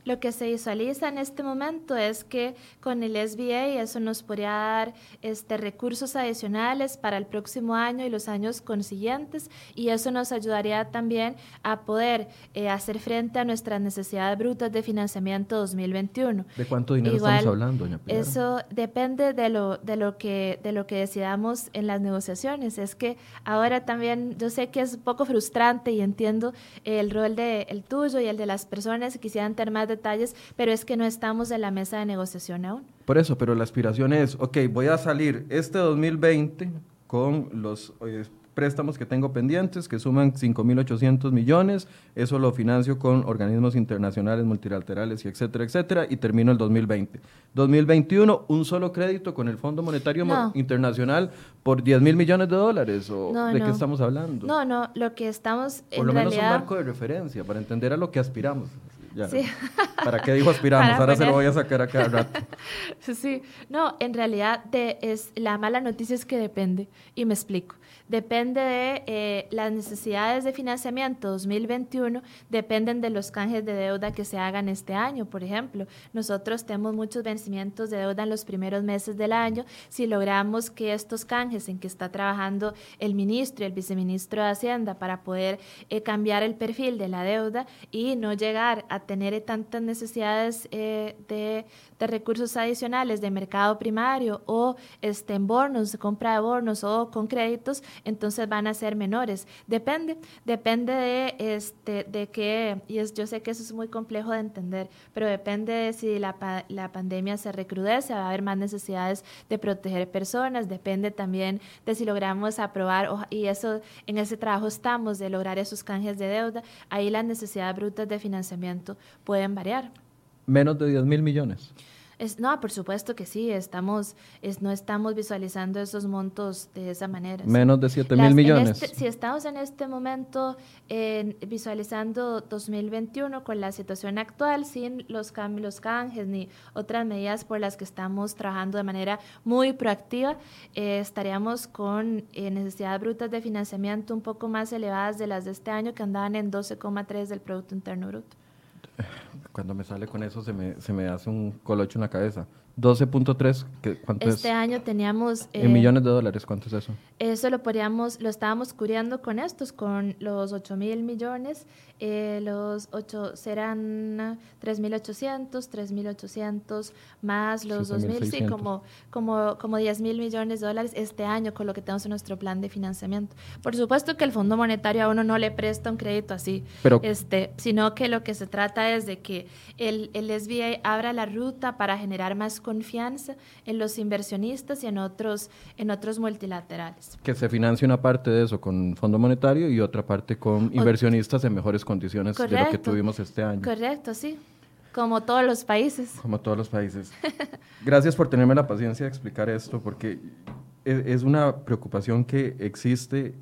Lo que se visualiza en este momento es que con el S B A eso nos podría dar este, recursos adicionales para el próximo año y los años consiguientes, y eso nos ayudaría también a poder eh, hacer frente a nuestras necesidades brutas de financiamiento dos mil veintiuno. ¿De cuánto dinero Igual, estamos hablando, doña Pilar? Eso depende de lo, de, lo que, de lo que decidamos en las negociaciones. Es que ahora también yo sé que es un poco frustrante y entiendo el rol de el tuyo y el de las personas que quisieran tener más detalles, pero es que no estamos en la mesa de negociación aún. Por eso, pero la aspiración es, ok, voy a salir este dos mil veinte con los eh, préstamos que tengo pendientes, que suman cinco mil ochocientos millones, eso lo financio con organismos internacionales, multilaterales, y etcétera, etcétera, y termino el dos mil veinte. dos mil veintiuno, un solo crédito con el Fondo Monetario no. Internacional por diez mil millones de dólares, ¿o no, de no. qué estamos hablando? No, no, lo que estamos por en lo menos realidad... un marco de referencia, para entender a lo que aspiramos. Ya. Sí. ¿Para qué dijo aspiramos? Para Ahora poner... se lo voy a sacar a cada rato. Sí, no, en realidad de, es, la mala noticia es que depende, y me explico. Depende de eh, las necesidades de financiamiento dos mil veintiuno, dependen de los canjes de deuda que se hagan este año. Por ejemplo, nosotros tenemos muchos vencimientos de deuda en los primeros meses del año. Si logramos que estos canjes en que está trabajando el ministro y el viceministro de Hacienda para poder eh, cambiar el perfil de la deuda y no llegar a tener tantas necesidades eh, de, de recursos adicionales de mercado primario o este, en bonos, de compra de bonos o con créditos, entonces van a ser menores. Depende, depende de, este, de que, y es, yo sé que eso es muy complejo de entender, pero depende de si la, la pandemia se recrudece, va a haber más necesidades de proteger personas, depende también de si logramos aprobar, y eso en ese trabajo estamos, de lograr esos canjes de deuda, ahí las necesidades brutas de financiamiento pueden variar. Menos de diez mil millones. Es, no, por supuesto que sí, estamos, es, no estamos visualizando esos montos de esa manera. Menos sí. de siete mil millones. Este, si estamos en este momento eh, visualizando dos mil veintiuno con la situación actual, sin los cambios, los canjes ni otras medidas por las que estamos trabajando de manera muy proactiva, eh, estaríamos con eh, necesidades brutas de financiamiento un poco más elevadas de las de este año, que andaban en doce coma tres del Producto Interno Bruto. Cuando me sale con eso se me, se me hace un colocho en la cabeza. doce punto tres, ¿cuánto este es? año teníamos... Eh, en millones de dólares, ¿cuánto es eso? Eso lo podríamos, lo estábamos cubriendo con estos, con los ocho mil millones, eh, los ocho serán tres mil ochocientos, tres mil ochocientos, más los dos mil, sí, como, como, como diez mil millones de dólares este año con lo que tenemos en nuestro plan de financiamiento. Por supuesto que el Fondo Monetario a uno no le presta un crédito así, Pero, este, sino que lo que se trata es de que el, el S B A abra la ruta para generar más confianza en los inversionistas y en otros, en otros multilaterales. Que se financie una parte de eso con Fondo Monetario y otra parte con inversionistas en mejores condiciones correcto, de lo que tuvimos este año. Correcto, sí. Como todos los países. Como todos los países. Gracias por tenerme la paciencia de explicar esto, porque es, es una preocupación que existe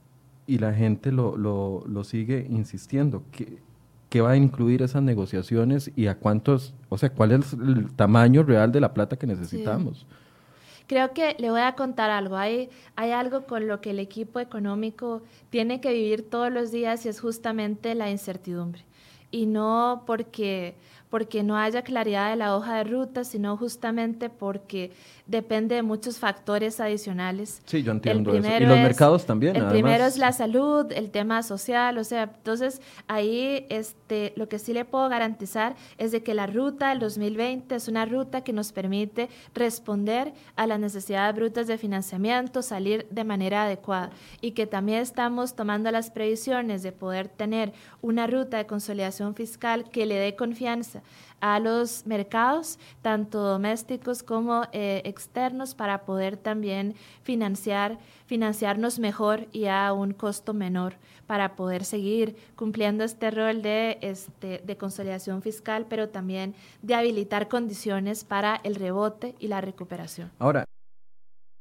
y la gente lo, lo, lo sigue insistiendo. ¿Qué, ¿Qué va a incluir esas negociaciones y a cuántos, o sea, cuál es el tamaño real de la plata que necesitamos? Sí. Creo que le voy a contar algo. Hay, hay algo con lo que el equipo económico tiene que vivir todos los días y es justamente la incertidumbre. Y no porque, porque no haya claridad de la hoja de ruta, sino justamente porque depende de muchos factores adicionales. Sí, yo entiendo eso. Y los es, mercados también, El además. primero es la salud, el tema social, o sea, entonces ahí este, lo que sí le puedo garantizar es de que la ruta del dos mil veinte es una ruta que nos permite responder a las necesidades brutas de financiamiento, salir de manera adecuada y que también estamos tomando las previsiones de poder tener una ruta de consolidación fiscal que le dé confianza a los mercados, tanto domésticos como eh, externos, para poder también financiar, financiarnos mejor y a un costo menor, para poder seguir cumpliendo este rol de, este, de consolidación fiscal, pero también de habilitar condiciones para el rebote y la recuperación. Ahora,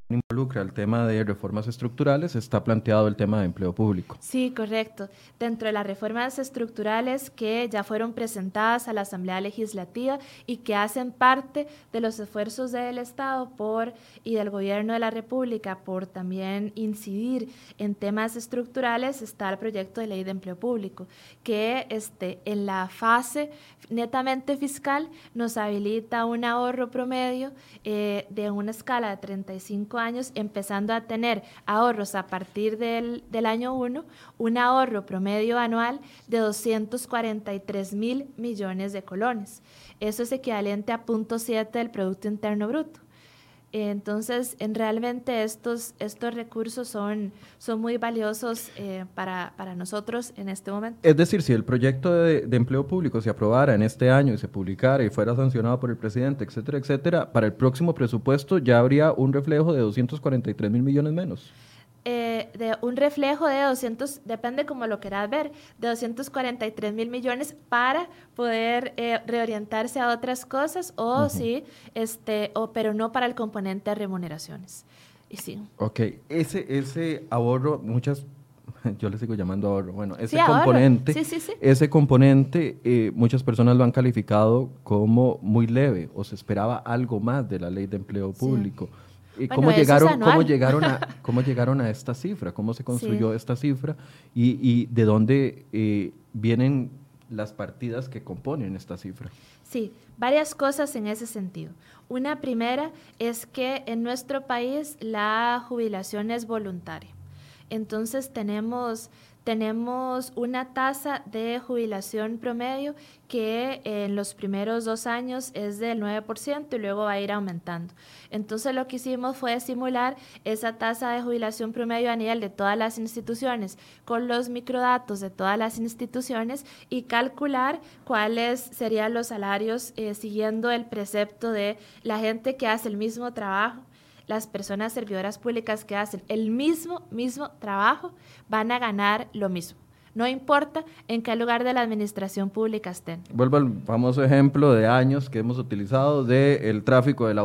involucra el tema de reformas estructurales, está planteado el tema de empleo público. Sí, correcto. Dentro de las reformas estructurales que ya fueron presentadas a la Asamblea Legislativa y que hacen parte de los esfuerzos del Estado por y del Gobierno de la República por también incidir en temas estructurales, está el proyecto de ley de empleo público, que este, en la fase netamente fiscal nos habilita un ahorro promedio eh, de una escala de treinta y cinco años, empezando a tener ahorros a partir del, del año uno, un ahorro promedio anual de doscientos cuarenta y tres mil millones de colones. Eso es equivalente a cero punto siete del Producto Interno Bruto. Entonces, en realmente estos, estos recursos son, son muy valiosos eh, para, para nosotros en este momento. Es decir, si el proyecto de, de empleo público se aprobara en este año y se publicara y fuera sancionado por el presidente, etcétera, etcétera, para el próximo presupuesto ya habría un reflejo de doscientos cuarenta y tres mil millones menos. Eh, de un reflejo de doscientos, depende como lo quieras ver, de doscientos cuarenta y tres mil millones para poder eh, reorientarse a otras cosas o uh-huh. sí, este, o, pero no para el componente de remuneraciones. Y sí. Ok, ese, ese ahorro, muchas, yo le sigo llamando ahorro, bueno, ese sí, componente, sí, sí, sí. ese componente eh, muchas personas lo han calificado como muy leve o se esperaba algo más de la ley de empleo público. Sí. Bueno, ¿Cómo, llegaron, ¿cómo, llegaron a, ¿Cómo llegaron a esta cifra? ¿Cómo se construyó sí. esta cifra? Y, y de dónde eh, vienen las partidas que componen esta cifra. Sí, varias cosas en ese sentido. Una primera es que en nuestro país la jubilación es voluntaria. Entonces tenemos... Tenemos una tasa de jubilación promedio que en los primeros dos años es del nueve por ciento y luego va a ir aumentando. Entonces lo que hicimos fue simular esa tasa de jubilación promedio a nivel de todas las instituciones con los microdatos de todas las instituciones y calcular cuáles serían los salarios eh, siguiendo el precepto de la gente que hace el mismo trabajo. Las personas servidoras públicas que hacen el mismo, mismo trabajo van a ganar lo mismo. No importa en qué lugar de la administración pública estén. Vuelvo al famoso ejemplo de años que hemos utilizado del tráfico de la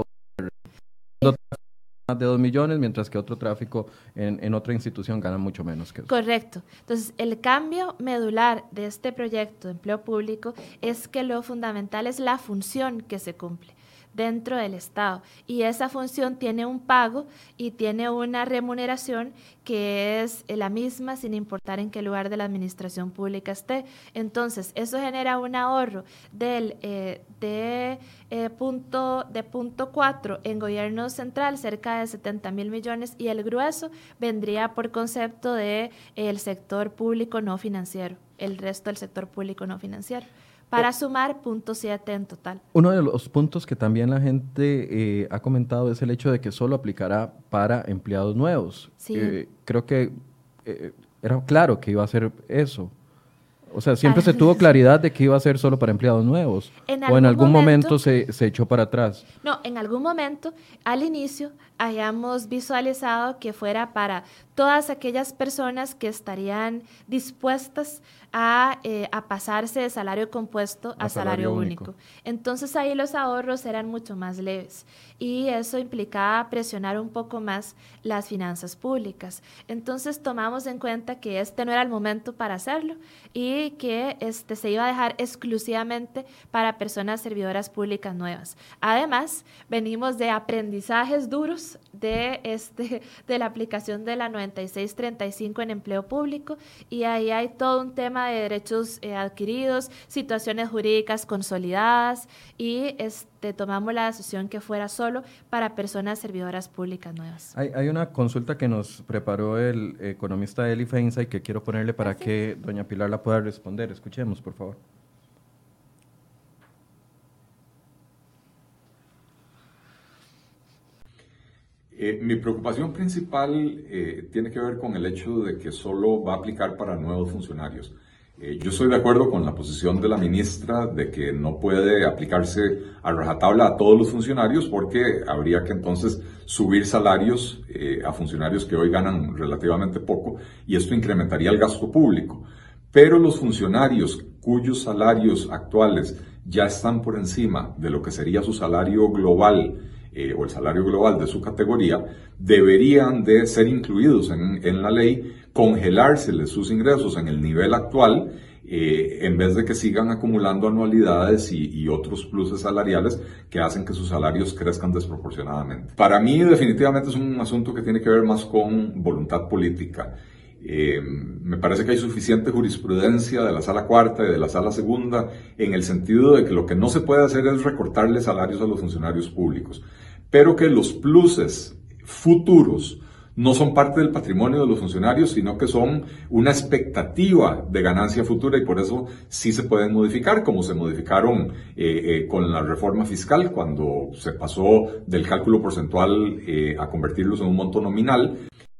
más de dos millones, mientras que otro tráfico en, en otra institución gana mucho menos que eso. Correcto. Entonces, el cambio medular de este proyecto de empleo público es que lo fundamental es la función que se cumple dentro del Estado, y esa función tiene un pago y tiene una remuneración que es la misma sin importar en qué lugar de la administración pública esté. Entonces, eso genera un ahorro del, eh, de, eh, punto, de punto cuatro en gobierno central, cerca de setenta mil millones, y el grueso vendría por concepto de eh, el sector público no financiero, el resto del sector público no financiero. Para sumar punto siete en total. Uno de los puntos que también la gente eh, ha comentado es el hecho de que solo aplicará para empleados nuevos. Sí. Eh, creo que eh, era claro que iba a ser eso. O sea, siempre se tuvo claridad de que iba a ser solo para empleados nuevos. En o en algún momento, momento se, se echó para atrás. No, en algún momento, al inicio, hayamos visualizado que fuera para todas aquellas personas que estarían dispuestas a, eh, a pasarse de salario compuesto a, a salario, salario único. único. Entonces ahí los ahorros eran mucho más leves y eso implicaba presionar un poco más las finanzas públicas. Entonces tomamos en cuenta que este no era el momento para hacerlo y que este, se iba a dejar exclusivamente para personas servidoras públicas nuevas. Además, venimos de aprendizajes duros de, este, de la aplicación de la noventa y seis treinta y cinco en empleo público y ahí hay todo un tema de derechos eh, adquiridos, situaciones jurídicas consolidadas y este, tomamos la decisión que fuera solo para personas servidoras públicas nuevas. Hay, hay una consulta que nos preparó el economista Eli Feinstein que quiero ponerle para ¿Ah, sí? que doña Pilar la pueda responder. Escuchemos, por favor. Eh, mi preocupación principal eh, tiene que ver con el hecho de que solo va a aplicar para nuevos funcionarios. Eh, yo estoy de acuerdo con la posición de la ministra de que no puede aplicarse a rajatabla a todos los funcionarios porque habría que entonces subir salarios eh, a funcionarios que hoy ganan relativamente poco y esto incrementaría el gasto público. Pero los funcionarios cuyos salarios actuales ya están por encima de lo que sería su salario global eh, o el salario global de su categoría, deberían de ser incluidos en, en la ley, congelárseles sus ingresos en el nivel actual, eh, en vez de que sigan acumulando anualidades y, y otros pluses salariales que hacen que sus salarios crezcan desproporcionadamente. Para mí, definitivamente es un asunto que tiene que ver más con voluntad política. Eh, me parece que hay suficiente jurisprudencia de la Sala Cuarta y de la Sala Segunda en el sentido de que lo que no se puede hacer es recortarle salarios a los funcionarios públicos, pero que los pluses futuros no son parte del patrimonio de los funcionarios, sino que son una expectativa de ganancia futura y por eso sí se pueden modificar, como se modificaron eh, eh, con la reforma fiscal cuando se pasó del cálculo porcentual eh, a convertirlos en un monto nominal.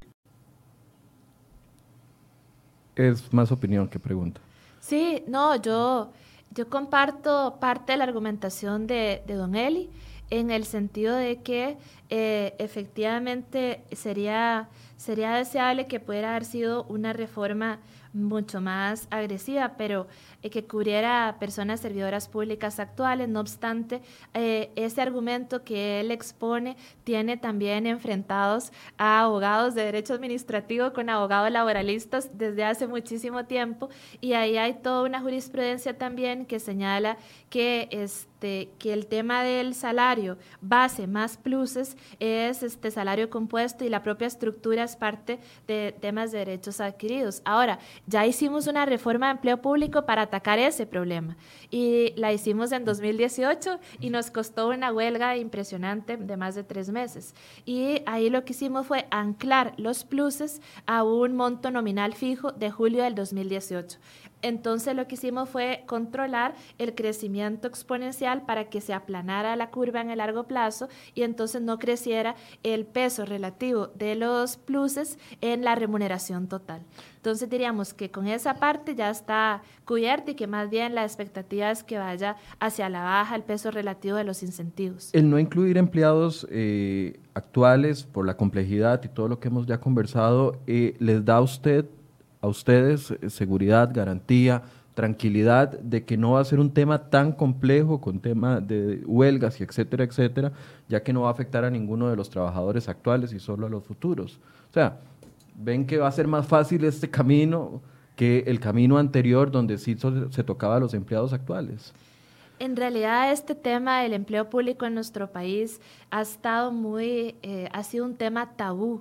Es más opinión que pregunta. Sí, no, yo, yo comparto parte de la argumentación de, de don Eli, en el sentido de que eh, efectivamente sería, sería deseable que pudiera haber sido una reforma mucho más agresiva, pero eh, que cubriera a personas servidoras públicas actuales. No obstante, eh, ese argumento que él expone tiene también enfrentados a abogados de derecho administrativo con abogados laboralistas desde hace muchísimo tiempo, y ahí hay toda una jurisprudencia también que señala que, este, que el tema del salario base más pluses es este salario compuesto y la propia estructura es parte de temas de derechos adquiridos. Ahora, ya hicimos una reforma de empleo público para atacar ese problema y la hicimos en dos mil dieciocho y nos costó una huelga impresionante de más de tres meses. Y ahí lo que hicimos fue anclar los pluses a un monto nominal fijo de julio del dos mil dieciocho. Entonces lo que hicimos fue controlar el crecimiento exponencial para que se aplanara la curva en el largo plazo y entonces no creciera el peso relativo de los pluses en la remuneración total. Entonces diríamos que con esa parte ya está cubierta y que más bien la expectativa es que vaya hacia la baja el peso relativo de los incentivos. El no incluir empleados eh, actuales por la complejidad y todo lo que hemos ya conversado, eh, ¿les da a usted a ustedes seguridad, garantía, tranquilidad de que no va a ser un tema tan complejo con tema de huelgas y etcétera, etcétera, ya que no va a afectar a ninguno de los trabajadores actuales y solo a los futuros? O sea, ¿ven que va a ser más fácil este camino que el camino anterior donde sí se tocaba a los empleados actuales? En realidad este tema del empleo público en nuestro país ha estado muy, eh, ha sido un tema tabú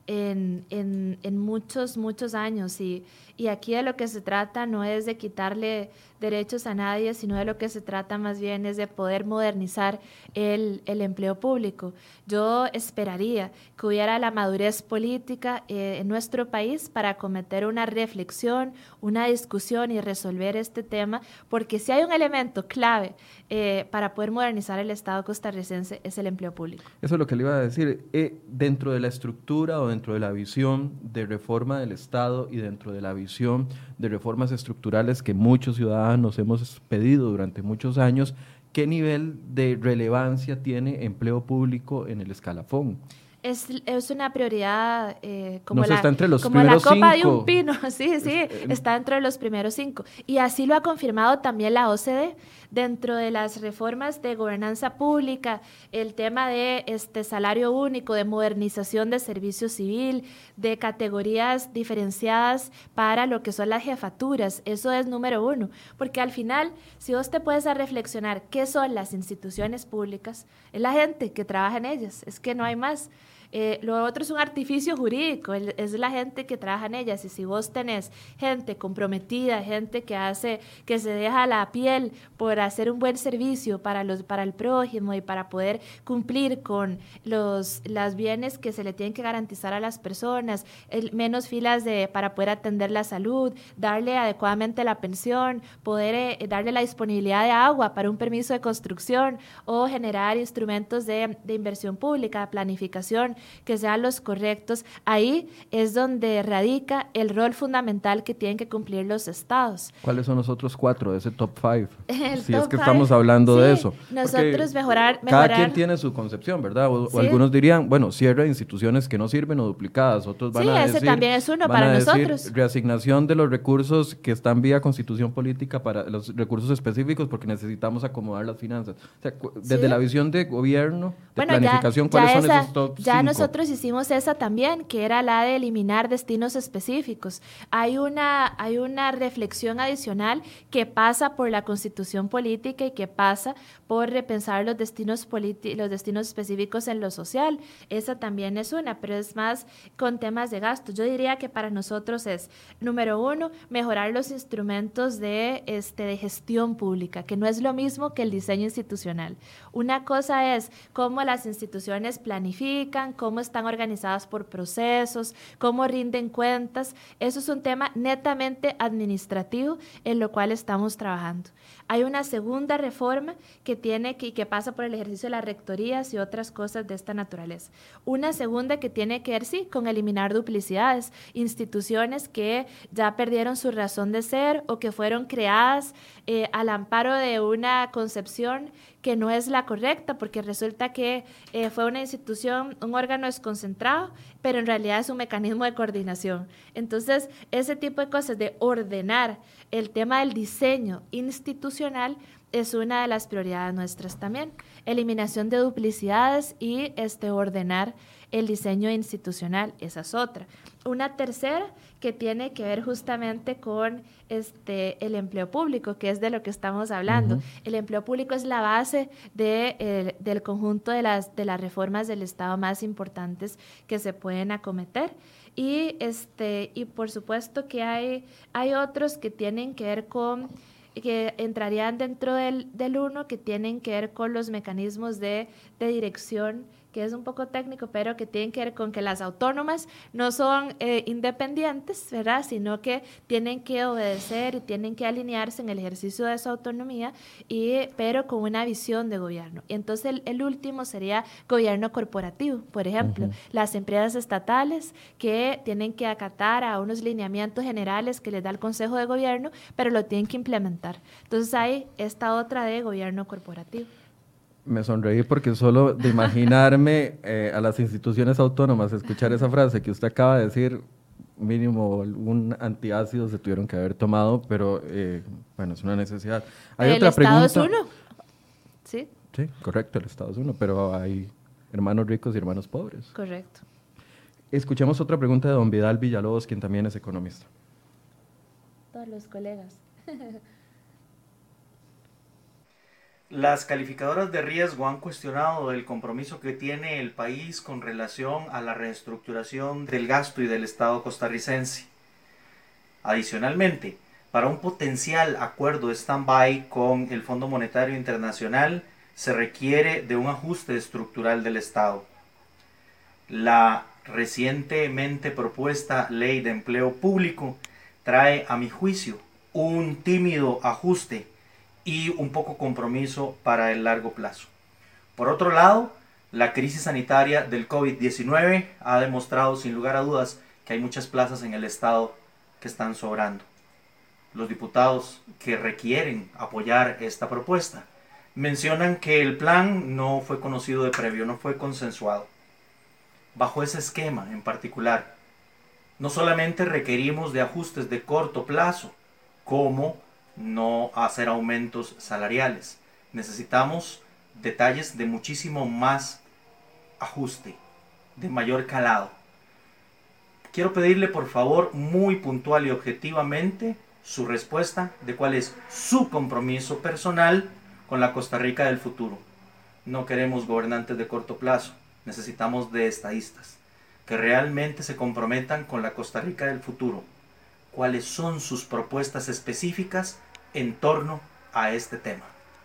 En, en, en muchos, muchos años y, y aquí de lo que se trata no es de quitarle derechos a nadie, sino de lo que se trata más bien es de poder modernizar el, el empleo público. Yo esperaría que hubiera la madurez política eh, en nuestro país para cometer una reflexión, una discusión y resolver este tema, porque si hay un elemento clave eh, para poder modernizar el Estado costarricense es el empleo público. Eso es lo que le iba a decir. Eh, dentro de la estructura o dentro de la visión de reforma del Estado y dentro de la visión de reformas estructurales que muchos ciudadanos nos hemos pedido durante muchos años, ¿qué nivel de relevancia tiene empleo público en el escalafón? Es, es una prioridad eh, como, no sé, la, está entre los como la copa cinco. de un pino, sí, sí, está dentro de los primeros cinco. Y así lo ha confirmado también la O C D. Dentro de las reformas de gobernanza pública, el tema de este salario único, de modernización de servicio civil, de categorías diferenciadas para lo que son las jefaturas, eso es número uno. Porque al final, si vos te puedes a reflexionar qué son las instituciones públicas, es la gente que trabaja en ellas, es que no hay más. Eh, lo otro es un artificio jurídico, el, es la gente que trabaja en ellas, y si vos tenés gente comprometida, gente que hace, que se deja la piel por hacer un buen servicio para los, para el prójimo y para poder cumplir con los, los bienes que se le tienen que garantizar a las personas, el, menos filas de, para poder atender la salud, darle adecuadamente la pensión, poder eh, darle la disponibilidad de agua para un permiso de construcción o generar instrumentos de, de inversión pública, planificación que sean los correctos, ahí es donde radica el rol fundamental que tienen que cumplir los estados. ¿Cuáles son los otros cuatro de ese top five? El si top es que five, estamos hablando sí, de eso. Nosotros mejorar, Cada mejorar. quien tiene su concepción, ¿verdad? O, Sí. o algunos dirían, bueno, cierre instituciones que no sirven o duplicadas. Otros van Sí, a ese decir... también es uno van para a decir nosotros. reasignación de los recursos que están vía constitución política para los recursos específicos porque necesitamos acomodar las finanzas. O sea, cu- desde Sí. la visión de gobierno, de Bueno, planificación, ya, ¿cuáles ya son esa, esos top ya cinco? nosotros hicimos esa también, que era la de eliminar destinos específicos. Hay una, hay una reflexión adicional que pasa por la constitución política y que pasa por repensar los destinos politi- los destinos específicos en lo social. Esa también es una, pero es más con temas de gasto. Yo diría que para nosotros es, número uno, mejorar los instrumentos de, este, de gestión pública, que no es lo mismo que el diseño institucional. Una cosa es cómo las instituciones planifican, cómo están organizadas por procesos, cómo rinden cuentas. Eso es un tema netamente administrativo en lo cual estamos trabajando. Hay una segunda reforma que tiene que, que pasa por el ejercicio de las rectorías y otras cosas de esta naturaleza. Una segunda que tiene que ver, sí, con eliminar duplicidades, instituciones que ya perdieron su razón de ser o que fueron creadas eh, al amparo de una concepción que no es la correcta, porque resulta que eh, fue una institución, un órgano desconcentrado, pero en realidad es un mecanismo de coordinación. Entonces, ese tipo de cosas de ordenar el tema del diseño institucional es una de las prioridades nuestras también. Eliminación de duplicidades y este, ordenar el diseño institucional, esa es otra. Una tercera que tiene que ver justamente con este, el empleo público, que es de lo que estamos hablando. Uh-huh. El empleo público es la base de, eh, del conjunto de las, de las reformas del Estado más importantes que se pueden acometer. Y, este, y por supuesto que hay, hay otros que tienen que ver con que entrarían dentro del, del uno, que tienen que ver con los mecanismos de, de dirección, que es un poco técnico, pero que tienen que ver con que las autónomas no son eh, independientes, ¿verdad?, sino que tienen que obedecer y tienen que alinearse en el ejercicio de su autonomía, y, pero con una visión de gobierno. Y entonces el, el último sería gobierno corporativo, por ejemplo, uh-huh. las empresas estatales que tienen que acatar a unos lineamientos generales que les da el Consejo de Gobierno, pero lo tienen que implementar. Entonces hay esta otra de gobierno corporativo. Me sonreí porque solo de imaginarme eh, a las instituciones autónomas escuchar esa frase que usted acaba de decir, mínimo algún antiácido se tuvieron que haber tomado, pero eh, bueno, es una necesidad. Hay el otra Estado pregunta. es uno. Sí. Sí, correcto, el Estado es uno, pero hay hermanos ricos y hermanos pobres. Correcto. Escuchemos otra pregunta de don Vidal Villalobos, quien también es economista. Todos los colegas. Las calificadoras de riesgo han cuestionado el compromiso que tiene el país con relación a la reestructuración del gasto y del Estado costarricense. Adicionalmente, para un potencial acuerdo stand-by con el Fondo Monetario Internacional, se requiere de un ajuste estructural del Estado. La recientemente propuesta Ley de Empleo Público trae, a mi juicio, un tímido ajuste y un poco compromiso para el largo plazo. Por otro lado, la crisis sanitaria del COVID diecinueve ha demostrado sin lugar a dudas que hay muchas plazas en el Estado que están sobrando. Los diputados que requieren apoyar esta propuesta mencionan que el plan no fue conocido de previo, no fue consensuado. Bajo ese esquema en particular, no solamente requerimos de ajustes de corto plazo, como no hacer aumentos salariales. Necesitamos detalles de muchísimo más ajuste, de mayor calado. Quiero pedirle por favor muy puntual y objetivamente su respuesta de cuál es su compromiso personal con la Costa Rica del futuro. No queremos gobernantes de corto plazo, necesitamos de estadistas que realmente se comprometan con la Costa Rica del futuro. ¿Cuáles son sus propuestas específicas en torno a este tema?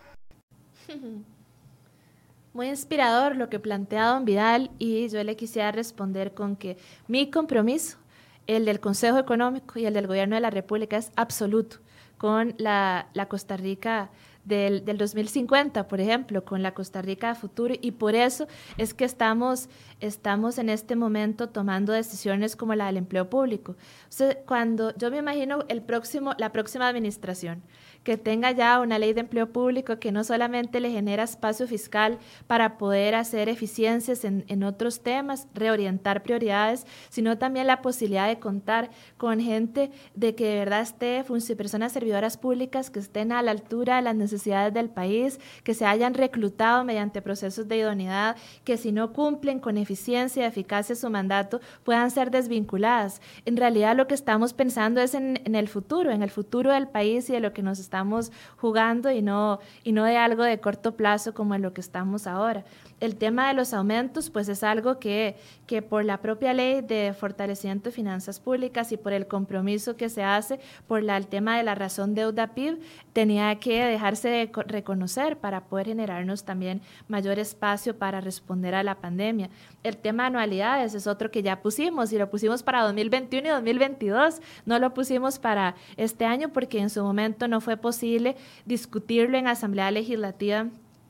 Muy inspirador lo que plantea don Vidal, y yo le quisiera responder con que mi compromiso, el del Consejo Económico y el del Gobierno de la República, es absoluto con la, la Costa Rica del, del dos mil cincuenta, por ejemplo, con la Costa Rica de futuro, y por eso es que estamos, estamos en este momento tomando decisiones como la del empleo público. O sea, cuando yo me imagino el próximo, la próxima administración, que tenga ya una ley de empleo público que no solamente le genera espacio fiscal para poder hacer eficiencias en, en otros temas, reorientar prioridades, sino también la posibilidad de contar con gente de que de verdad esté, personas servidoras públicas que estén a la altura de las necesidades del país, que se hayan reclutado mediante procesos de idoneidad, que si no cumplen con eficiencia y eficacia su mandato, puedan ser desvinculadas. En realidad lo que estamos pensando es en, en el futuro, en el futuro del país y de lo que nos está estamos jugando y no, y no de algo de corto plazo como en lo que estamos ahora. El tema de los aumentos, pues es algo que, que por la propia ley de fortalecimiento de finanzas públicas y por el compromiso que se hace por la, el tema de la razón deuda P I B, tenía que dejarse de reconocer para poder generarnos también mayor espacio para responder a la pandemia. El tema de anualidades es otro que ya pusimos y lo pusimos para dos mil veintiuno y dos mil veintidós, no lo pusimos para este año porque en su momento no fue posible discutirlo en Asamblea Legislativa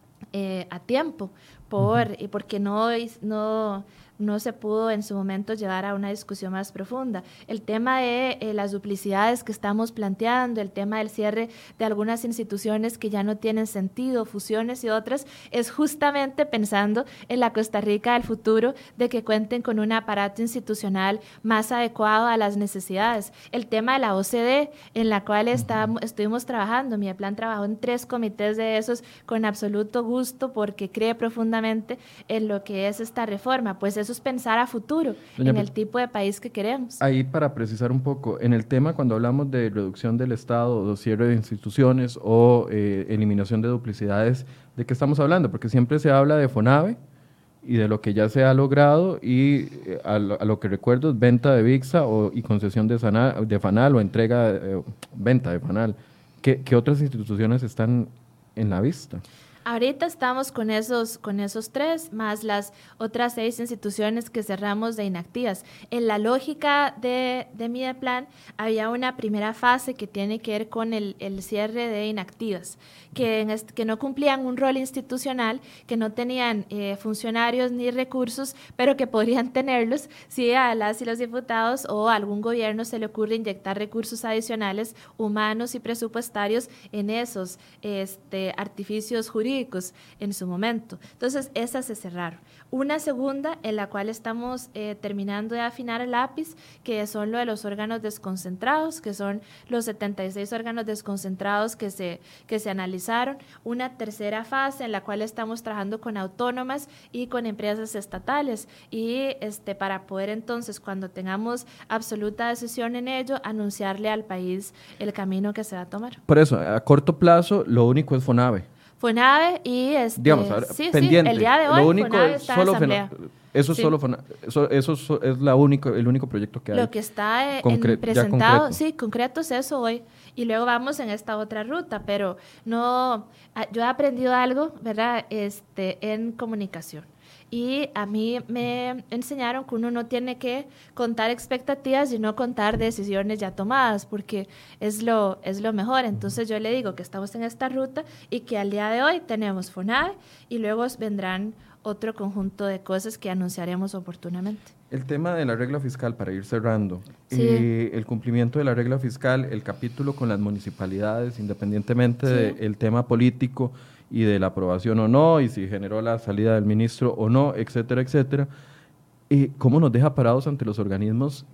eh, a tiempo. Por, y porque no, no, no se pudo en su momento llegar a una discusión más profunda. El tema de eh, las duplicidades que estamos planteando, el tema del cierre de algunas instituciones que ya no tienen sentido, fusiones y otras, es justamente pensando en la Costa Rica del futuro, de que cuenten con un aparato institucional más adecuado a las necesidades. El tema de la O C D, en la cual estábamos, estuvimos trabajando, mi plan trabajó en tres comités de esos con absoluto gusto porque cree profundamente en lo que es esta reforma, pues eso es pensar a futuro, Doña en el tipo de país que queremos. Ahí para precisar un poco, en el tema cuando hablamos de reducción del Estado, o cierre de instituciones o eh, eliminación de duplicidades, ¿de qué estamos hablando? Porque siempre se habla de FONAVE y de lo que ya se ha logrado y eh, a, lo, a lo que recuerdo es venta de VIXA o, y concesión de, sana, de FANAL o entrega, eh, venta de FANAL. ¿Qué, ¿Qué otras instituciones están en la vista? Ahorita estamos con esos, con esos tres, más las otras seis instituciones que cerramos de inactivas. En la lógica de, de mi plan, había una primera fase que tiene que ver con el, el cierre de inactivas, que, en este, que no cumplían un rol institucional, que no tenían eh, funcionarios ni recursos, pero que podrían tenerlos si a las y los diputados o a algún gobierno se le ocurre inyectar recursos adicionales, humanos y presupuestarios en esos este, artificios jurídicos en su momento. Entonces, esas se cerraron. Una segunda en la cual estamos eh, terminando de afinar el lápiz, que son lo de los órganos desconcentrados, que son los setenta y seis órganos desconcentrados que se, que se analizaron. Una tercera fase en la cual estamos trabajando con autónomas y con empresas estatales y este, para poder entonces, cuando tengamos absoluta decisión en ello, anunciarle al país el camino que se va a tomar. Por eso, a corto plazo, lo único es FONAVE. FONAVE y este, digamos, ahora, sí, pendiente. Sí, el día de hoy lo único FONAVE es está solo en asamblea. Fena, eso sí. es solo FONAVE, eso, eso es la único, el único proyecto que hay. Lo que está Concre- en, presentado, concreto. sí, concreto es eso hoy. Y luego vamos en esta otra ruta, pero no, yo he aprendido algo, ¿verdad? Este, en comunicación. Y a mí me enseñaron que uno no tiene que contar expectativas, sino contar decisiones ya tomadas, porque es lo, es lo mejor. Entonces yo le digo que estamos en esta ruta y que al día de hoy tenemos FONAVE y luego vendrán otro conjunto de cosas que anunciaremos oportunamente. El tema de la regla fiscal, para ir cerrando, sí. eh, el cumplimiento de la regla fiscal, el capítulo con las municipalidades, independientemente sí. del tema político, y de la aprobación o no, y si generó la salida del ministro o no, etcétera, etcétera. Eh, ¿Cómo nos deja parados ante los organismos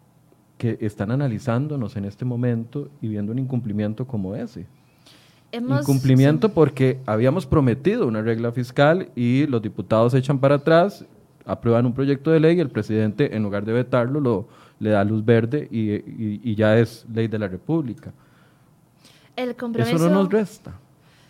que están analizándonos en este momento y viendo un incumplimiento como ese? Hemos, incumplimiento sí. porque habíamos prometido una regla fiscal y los diputados se echan para atrás, aprueban un proyecto de ley y el presidente, en lugar de vetarlo, lo, le da luz verde y, y, y ya es ley de la República. El compromiso, Eso no nos resta.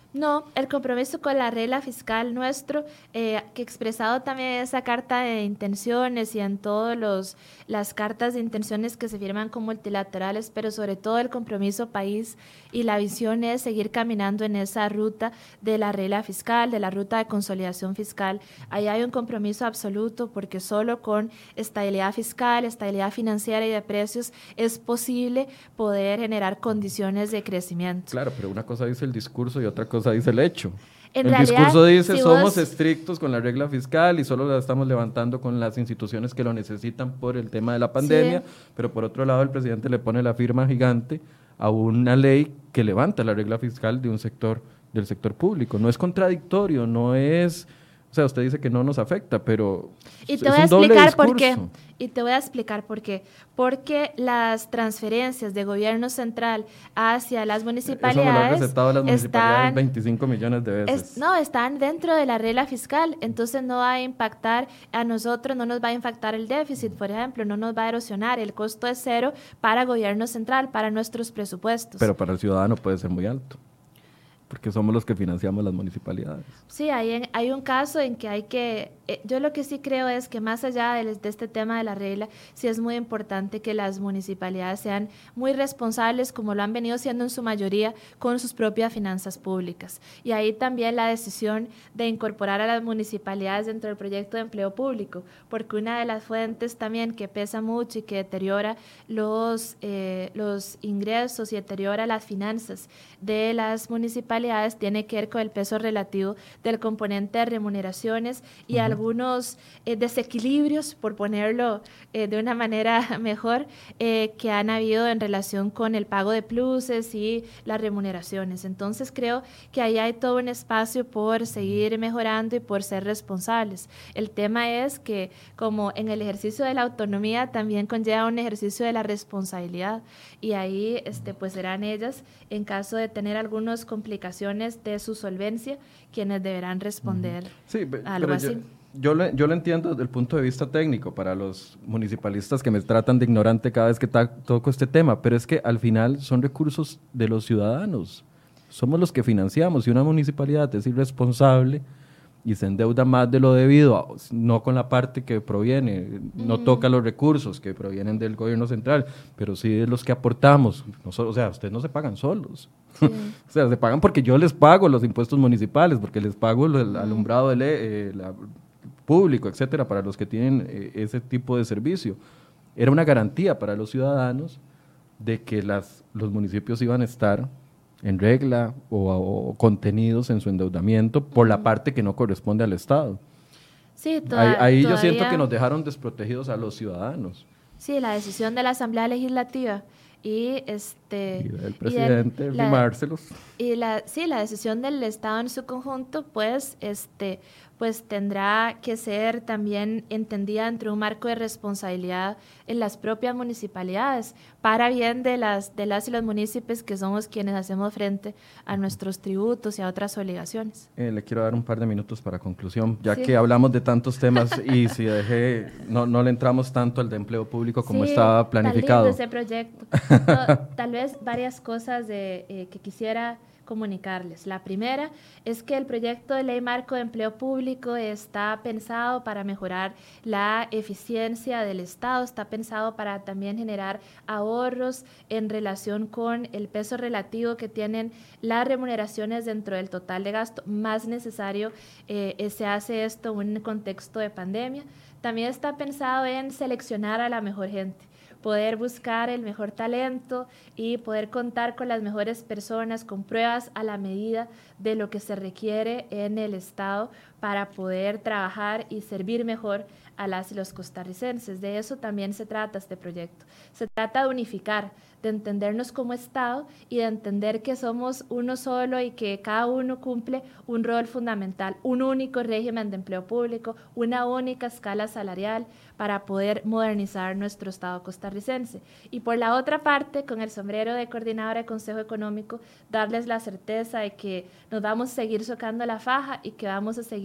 No, el compromiso con la regla fiscal nuestro, eh, que expresado también en esa carta de intenciones y en todas las cartas de intenciones que se firman con multilaterales, pero sobre todo el compromiso país y la visión es seguir caminando en esa ruta de la regla fiscal, de la ruta de consolidación fiscal. Ahí hay un compromiso absoluto porque solo con estabilidad fiscal, estabilidad financiera y de precios es posible poder generar condiciones de crecimiento. Claro, pero una cosa dice el discurso y otra cosa dice el hecho. En el realidad, discurso dice si somos vos... estrictos con la regla fiscal y solo la estamos levantando con las instituciones que lo necesitan por el tema de la pandemia, sí. Pero por otro lado el presidente le pone la firma gigante a una ley que levanta la regla fiscal de un sector, del sector público. No es contradictorio, no es... O sea, usted dice que no nos afecta, pero y te voy a explicar por qué. Y te voy a explicar por qué. Porque las transferencias de gobierno central hacia las municipalidades... Eso me lo han recetado las municipalidades están, veinticinco millones de veces. Es, no, están dentro de la regla fiscal, entonces no va a impactar a nosotros, no nos va a impactar el déficit, por ejemplo, no nos va a erosionar, el costo es cero para gobierno central, para nuestros presupuestos. Pero para el ciudadano puede ser muy alto, porque somos los que financiamos las municipalidades. Sí, hay, hay un caso en que hay que, eh, yo lo que sí creo es que más allá de, de este tema de la regla, sí es muy importante que las municipalidades sean muy responsables, como lo han venido siendo en su mayoría, con sus propias finanzas públicas. Y ahí también la decisión de incorporar a las municipalidades dentro del proyecto de empleo público, porque una de las fuentes también que pesa mucho y que deteriora los, eh, los ingresos y deteriora las finanzas de las municipalidades tiene que ver con el peso relativo del componente de remuneraciones y uh-huh. algunos eh, desequilibrios, por ponerlo eh, de una manera mejor, eh, que han habido en relación con el pago de pluses y las remuneraciones. Entonces creo que ahí hay todo un espacio por seguir mejorando y por ser responsables. El tema es que, como en el ejercicio de la autonomía, también conlleva un ejercicio de la responsabilidad y ahí este, pues serán ellas, en caso de tener algunas complicaciones de su solvencia, quienes deberán responder sí, a algo así. Yo, yo, lo, yo lo entiendo desde el punto de vista técnico para los municipalistas que me tratan de ignorante cada vez que ta- toco este tema, pero es que al final son recursos de los ciudadanos, somos los que financiamos. Si una municipalidad es irresponsable y se endeuda más de lo debido, no con la parte que proviene, no uh-huh. toca los recursos que provienen del gobierno central, pero sí de los que aportamos. Nosotros, o sea, ustedes no se pagan solos. Sí. O sea, se pagan porque yo les pago los impuestos municipales, porque les pago el uh-huh. alumbrado del, eh, la, público, etcétera, para los que tienen eh, ese tipo de servicio. Era una garantía para los ciudadanos de que las, los municipios iban a estar en regla o, o contenidos en su endeudamiento por la parte que no corresponde al Estado. Sí, toda, ahí ahí todavía... yo siento que nos dejaron desprotegidos a los ciudadanos. Sí, la decisión de la Asamblea Legislativa y este y del presidente y de, rimárselos. Y la sí, la decisión del Estado en su conjunto, pues este pues tendrá que ser también entendida dentro de un marco de responsabilidad en las propias municipalidades, para bien de las, de las y los municipios que somos quienes hacemos frente a nuestros tributos y a otras obligaciones. Eh, le quiero dar un par de minutos para conclusión, ya sí. que hablamos de tantos temas y si dejé, no, no le entramos tanto al de empleo público como sí, estaba planificado. Tan lindo ese proyecto. No, tal vez varias cosas de, eh, que quisiera comunicarles. La primera es que el proyecto de ley marco de empleo público está pensado para mejorar la eficiencia del Estado, está pensado para también generar ahorros en relación con el peso relativo que tienen las remuneraciones dentro del total de gasto. Más necesario eh, se hace esto en un contexto de pandemia. También está pensado en seleccionar a la mejor gente, poder buscar el mejor talento y poder contar con las mejores personas, con pruebas a la medida de lo que se requiere en el Estado para poder trabajar y servir mejor a las y los costarricenses. De eso también se trata este proyecto. Se trata de unificar, de entendernos como Estado y de entender que somos uno solo y que cada uno cumple un rol fundamental, un único régimen de empleo público, una única escala salarial para poder modernizar nuestro Estado costarricense. Y por la otra parte, con el sombrero de coordinadora de Consejo Económico, darles la certeza de que nos vamos a seguir socando la faja y que vamos a seguir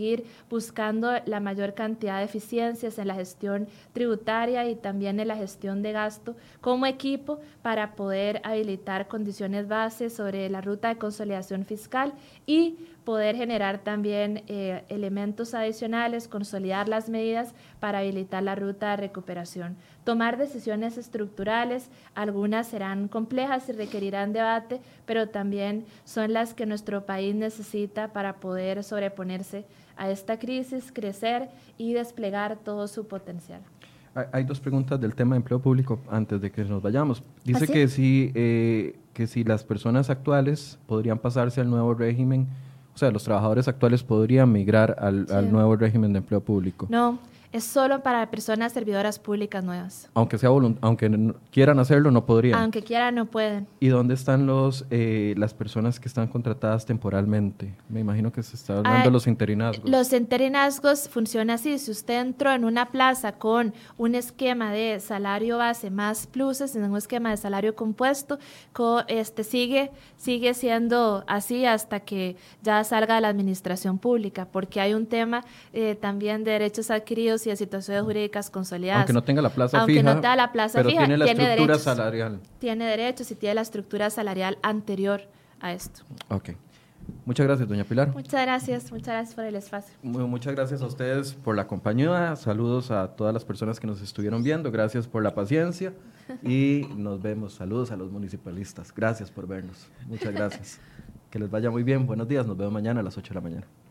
seguir buscando la mayor cantidad de eficiencias en la gestión tributaria y también en la gestión de gasto como equipo para poder habilitar condiciones bases sobre la ruta de consolidación fiscal y poder generar también eh, elementos adicionales, consolidar las medidas para habilitar la ruta de recuperación. Tomar decisiones estructurales, algunas serán complejas y requerirán debate, pero también son las que nuestro país necesita para poder sobreponerse a esta crisis, crecer y desplegar todo su potencial. Hay dos preguntas del tema de empleo público antes de que nos vayamos. Dice ¿Así? que si, eh, que si las personas actuales podrían pasarse al nuevo régimen, o sea, los trabajadores actuales podrían migrar al, Sí. al nuevo régimen de empleo público. No, es solo para personas servidoras públicas nuevas. Aunque sea volunt- aunque n- quieran hacerlo, no podrían. Aunque quieran, no pueden. ¿Y dónde están los eh, las personas que están contratadas temporalmente? Me imagino que se está hablando Ah, de los interinazgos. Los interinazgos funcionan así. Si usted entró en una plaza con un esquema de salario base más pluses, en un esquema de salario compuesto, co- este, sigue, sigue siendo así hasta que ya salga de la administración pública, porque hay un tema eh, también de derechos adquiridos y de situaciones jurídicas consolidadas. Aunque no tenga la plaza Aunque fija. no tenga la plaza pero fija, tiene la tiene estructura derechos. salarial. Tiene derechos y tiene la estructura salarial anterior a esto. Ok. Muchas gracias, doña Pilar. Muchas gracias, muchas gracias por el espacio. Mu- Muchas gracias a ustedes por la compañía. Saludos a todas las personas que nos estuvieron viendo. Gracias por la paciencia. Y nos vemos. Saludos a los municipalistas. Gracias por vernos. Muchas gracias. Que les vaya muy bien. Buenos días. Nos vemos mañana a las ocho de la mañana.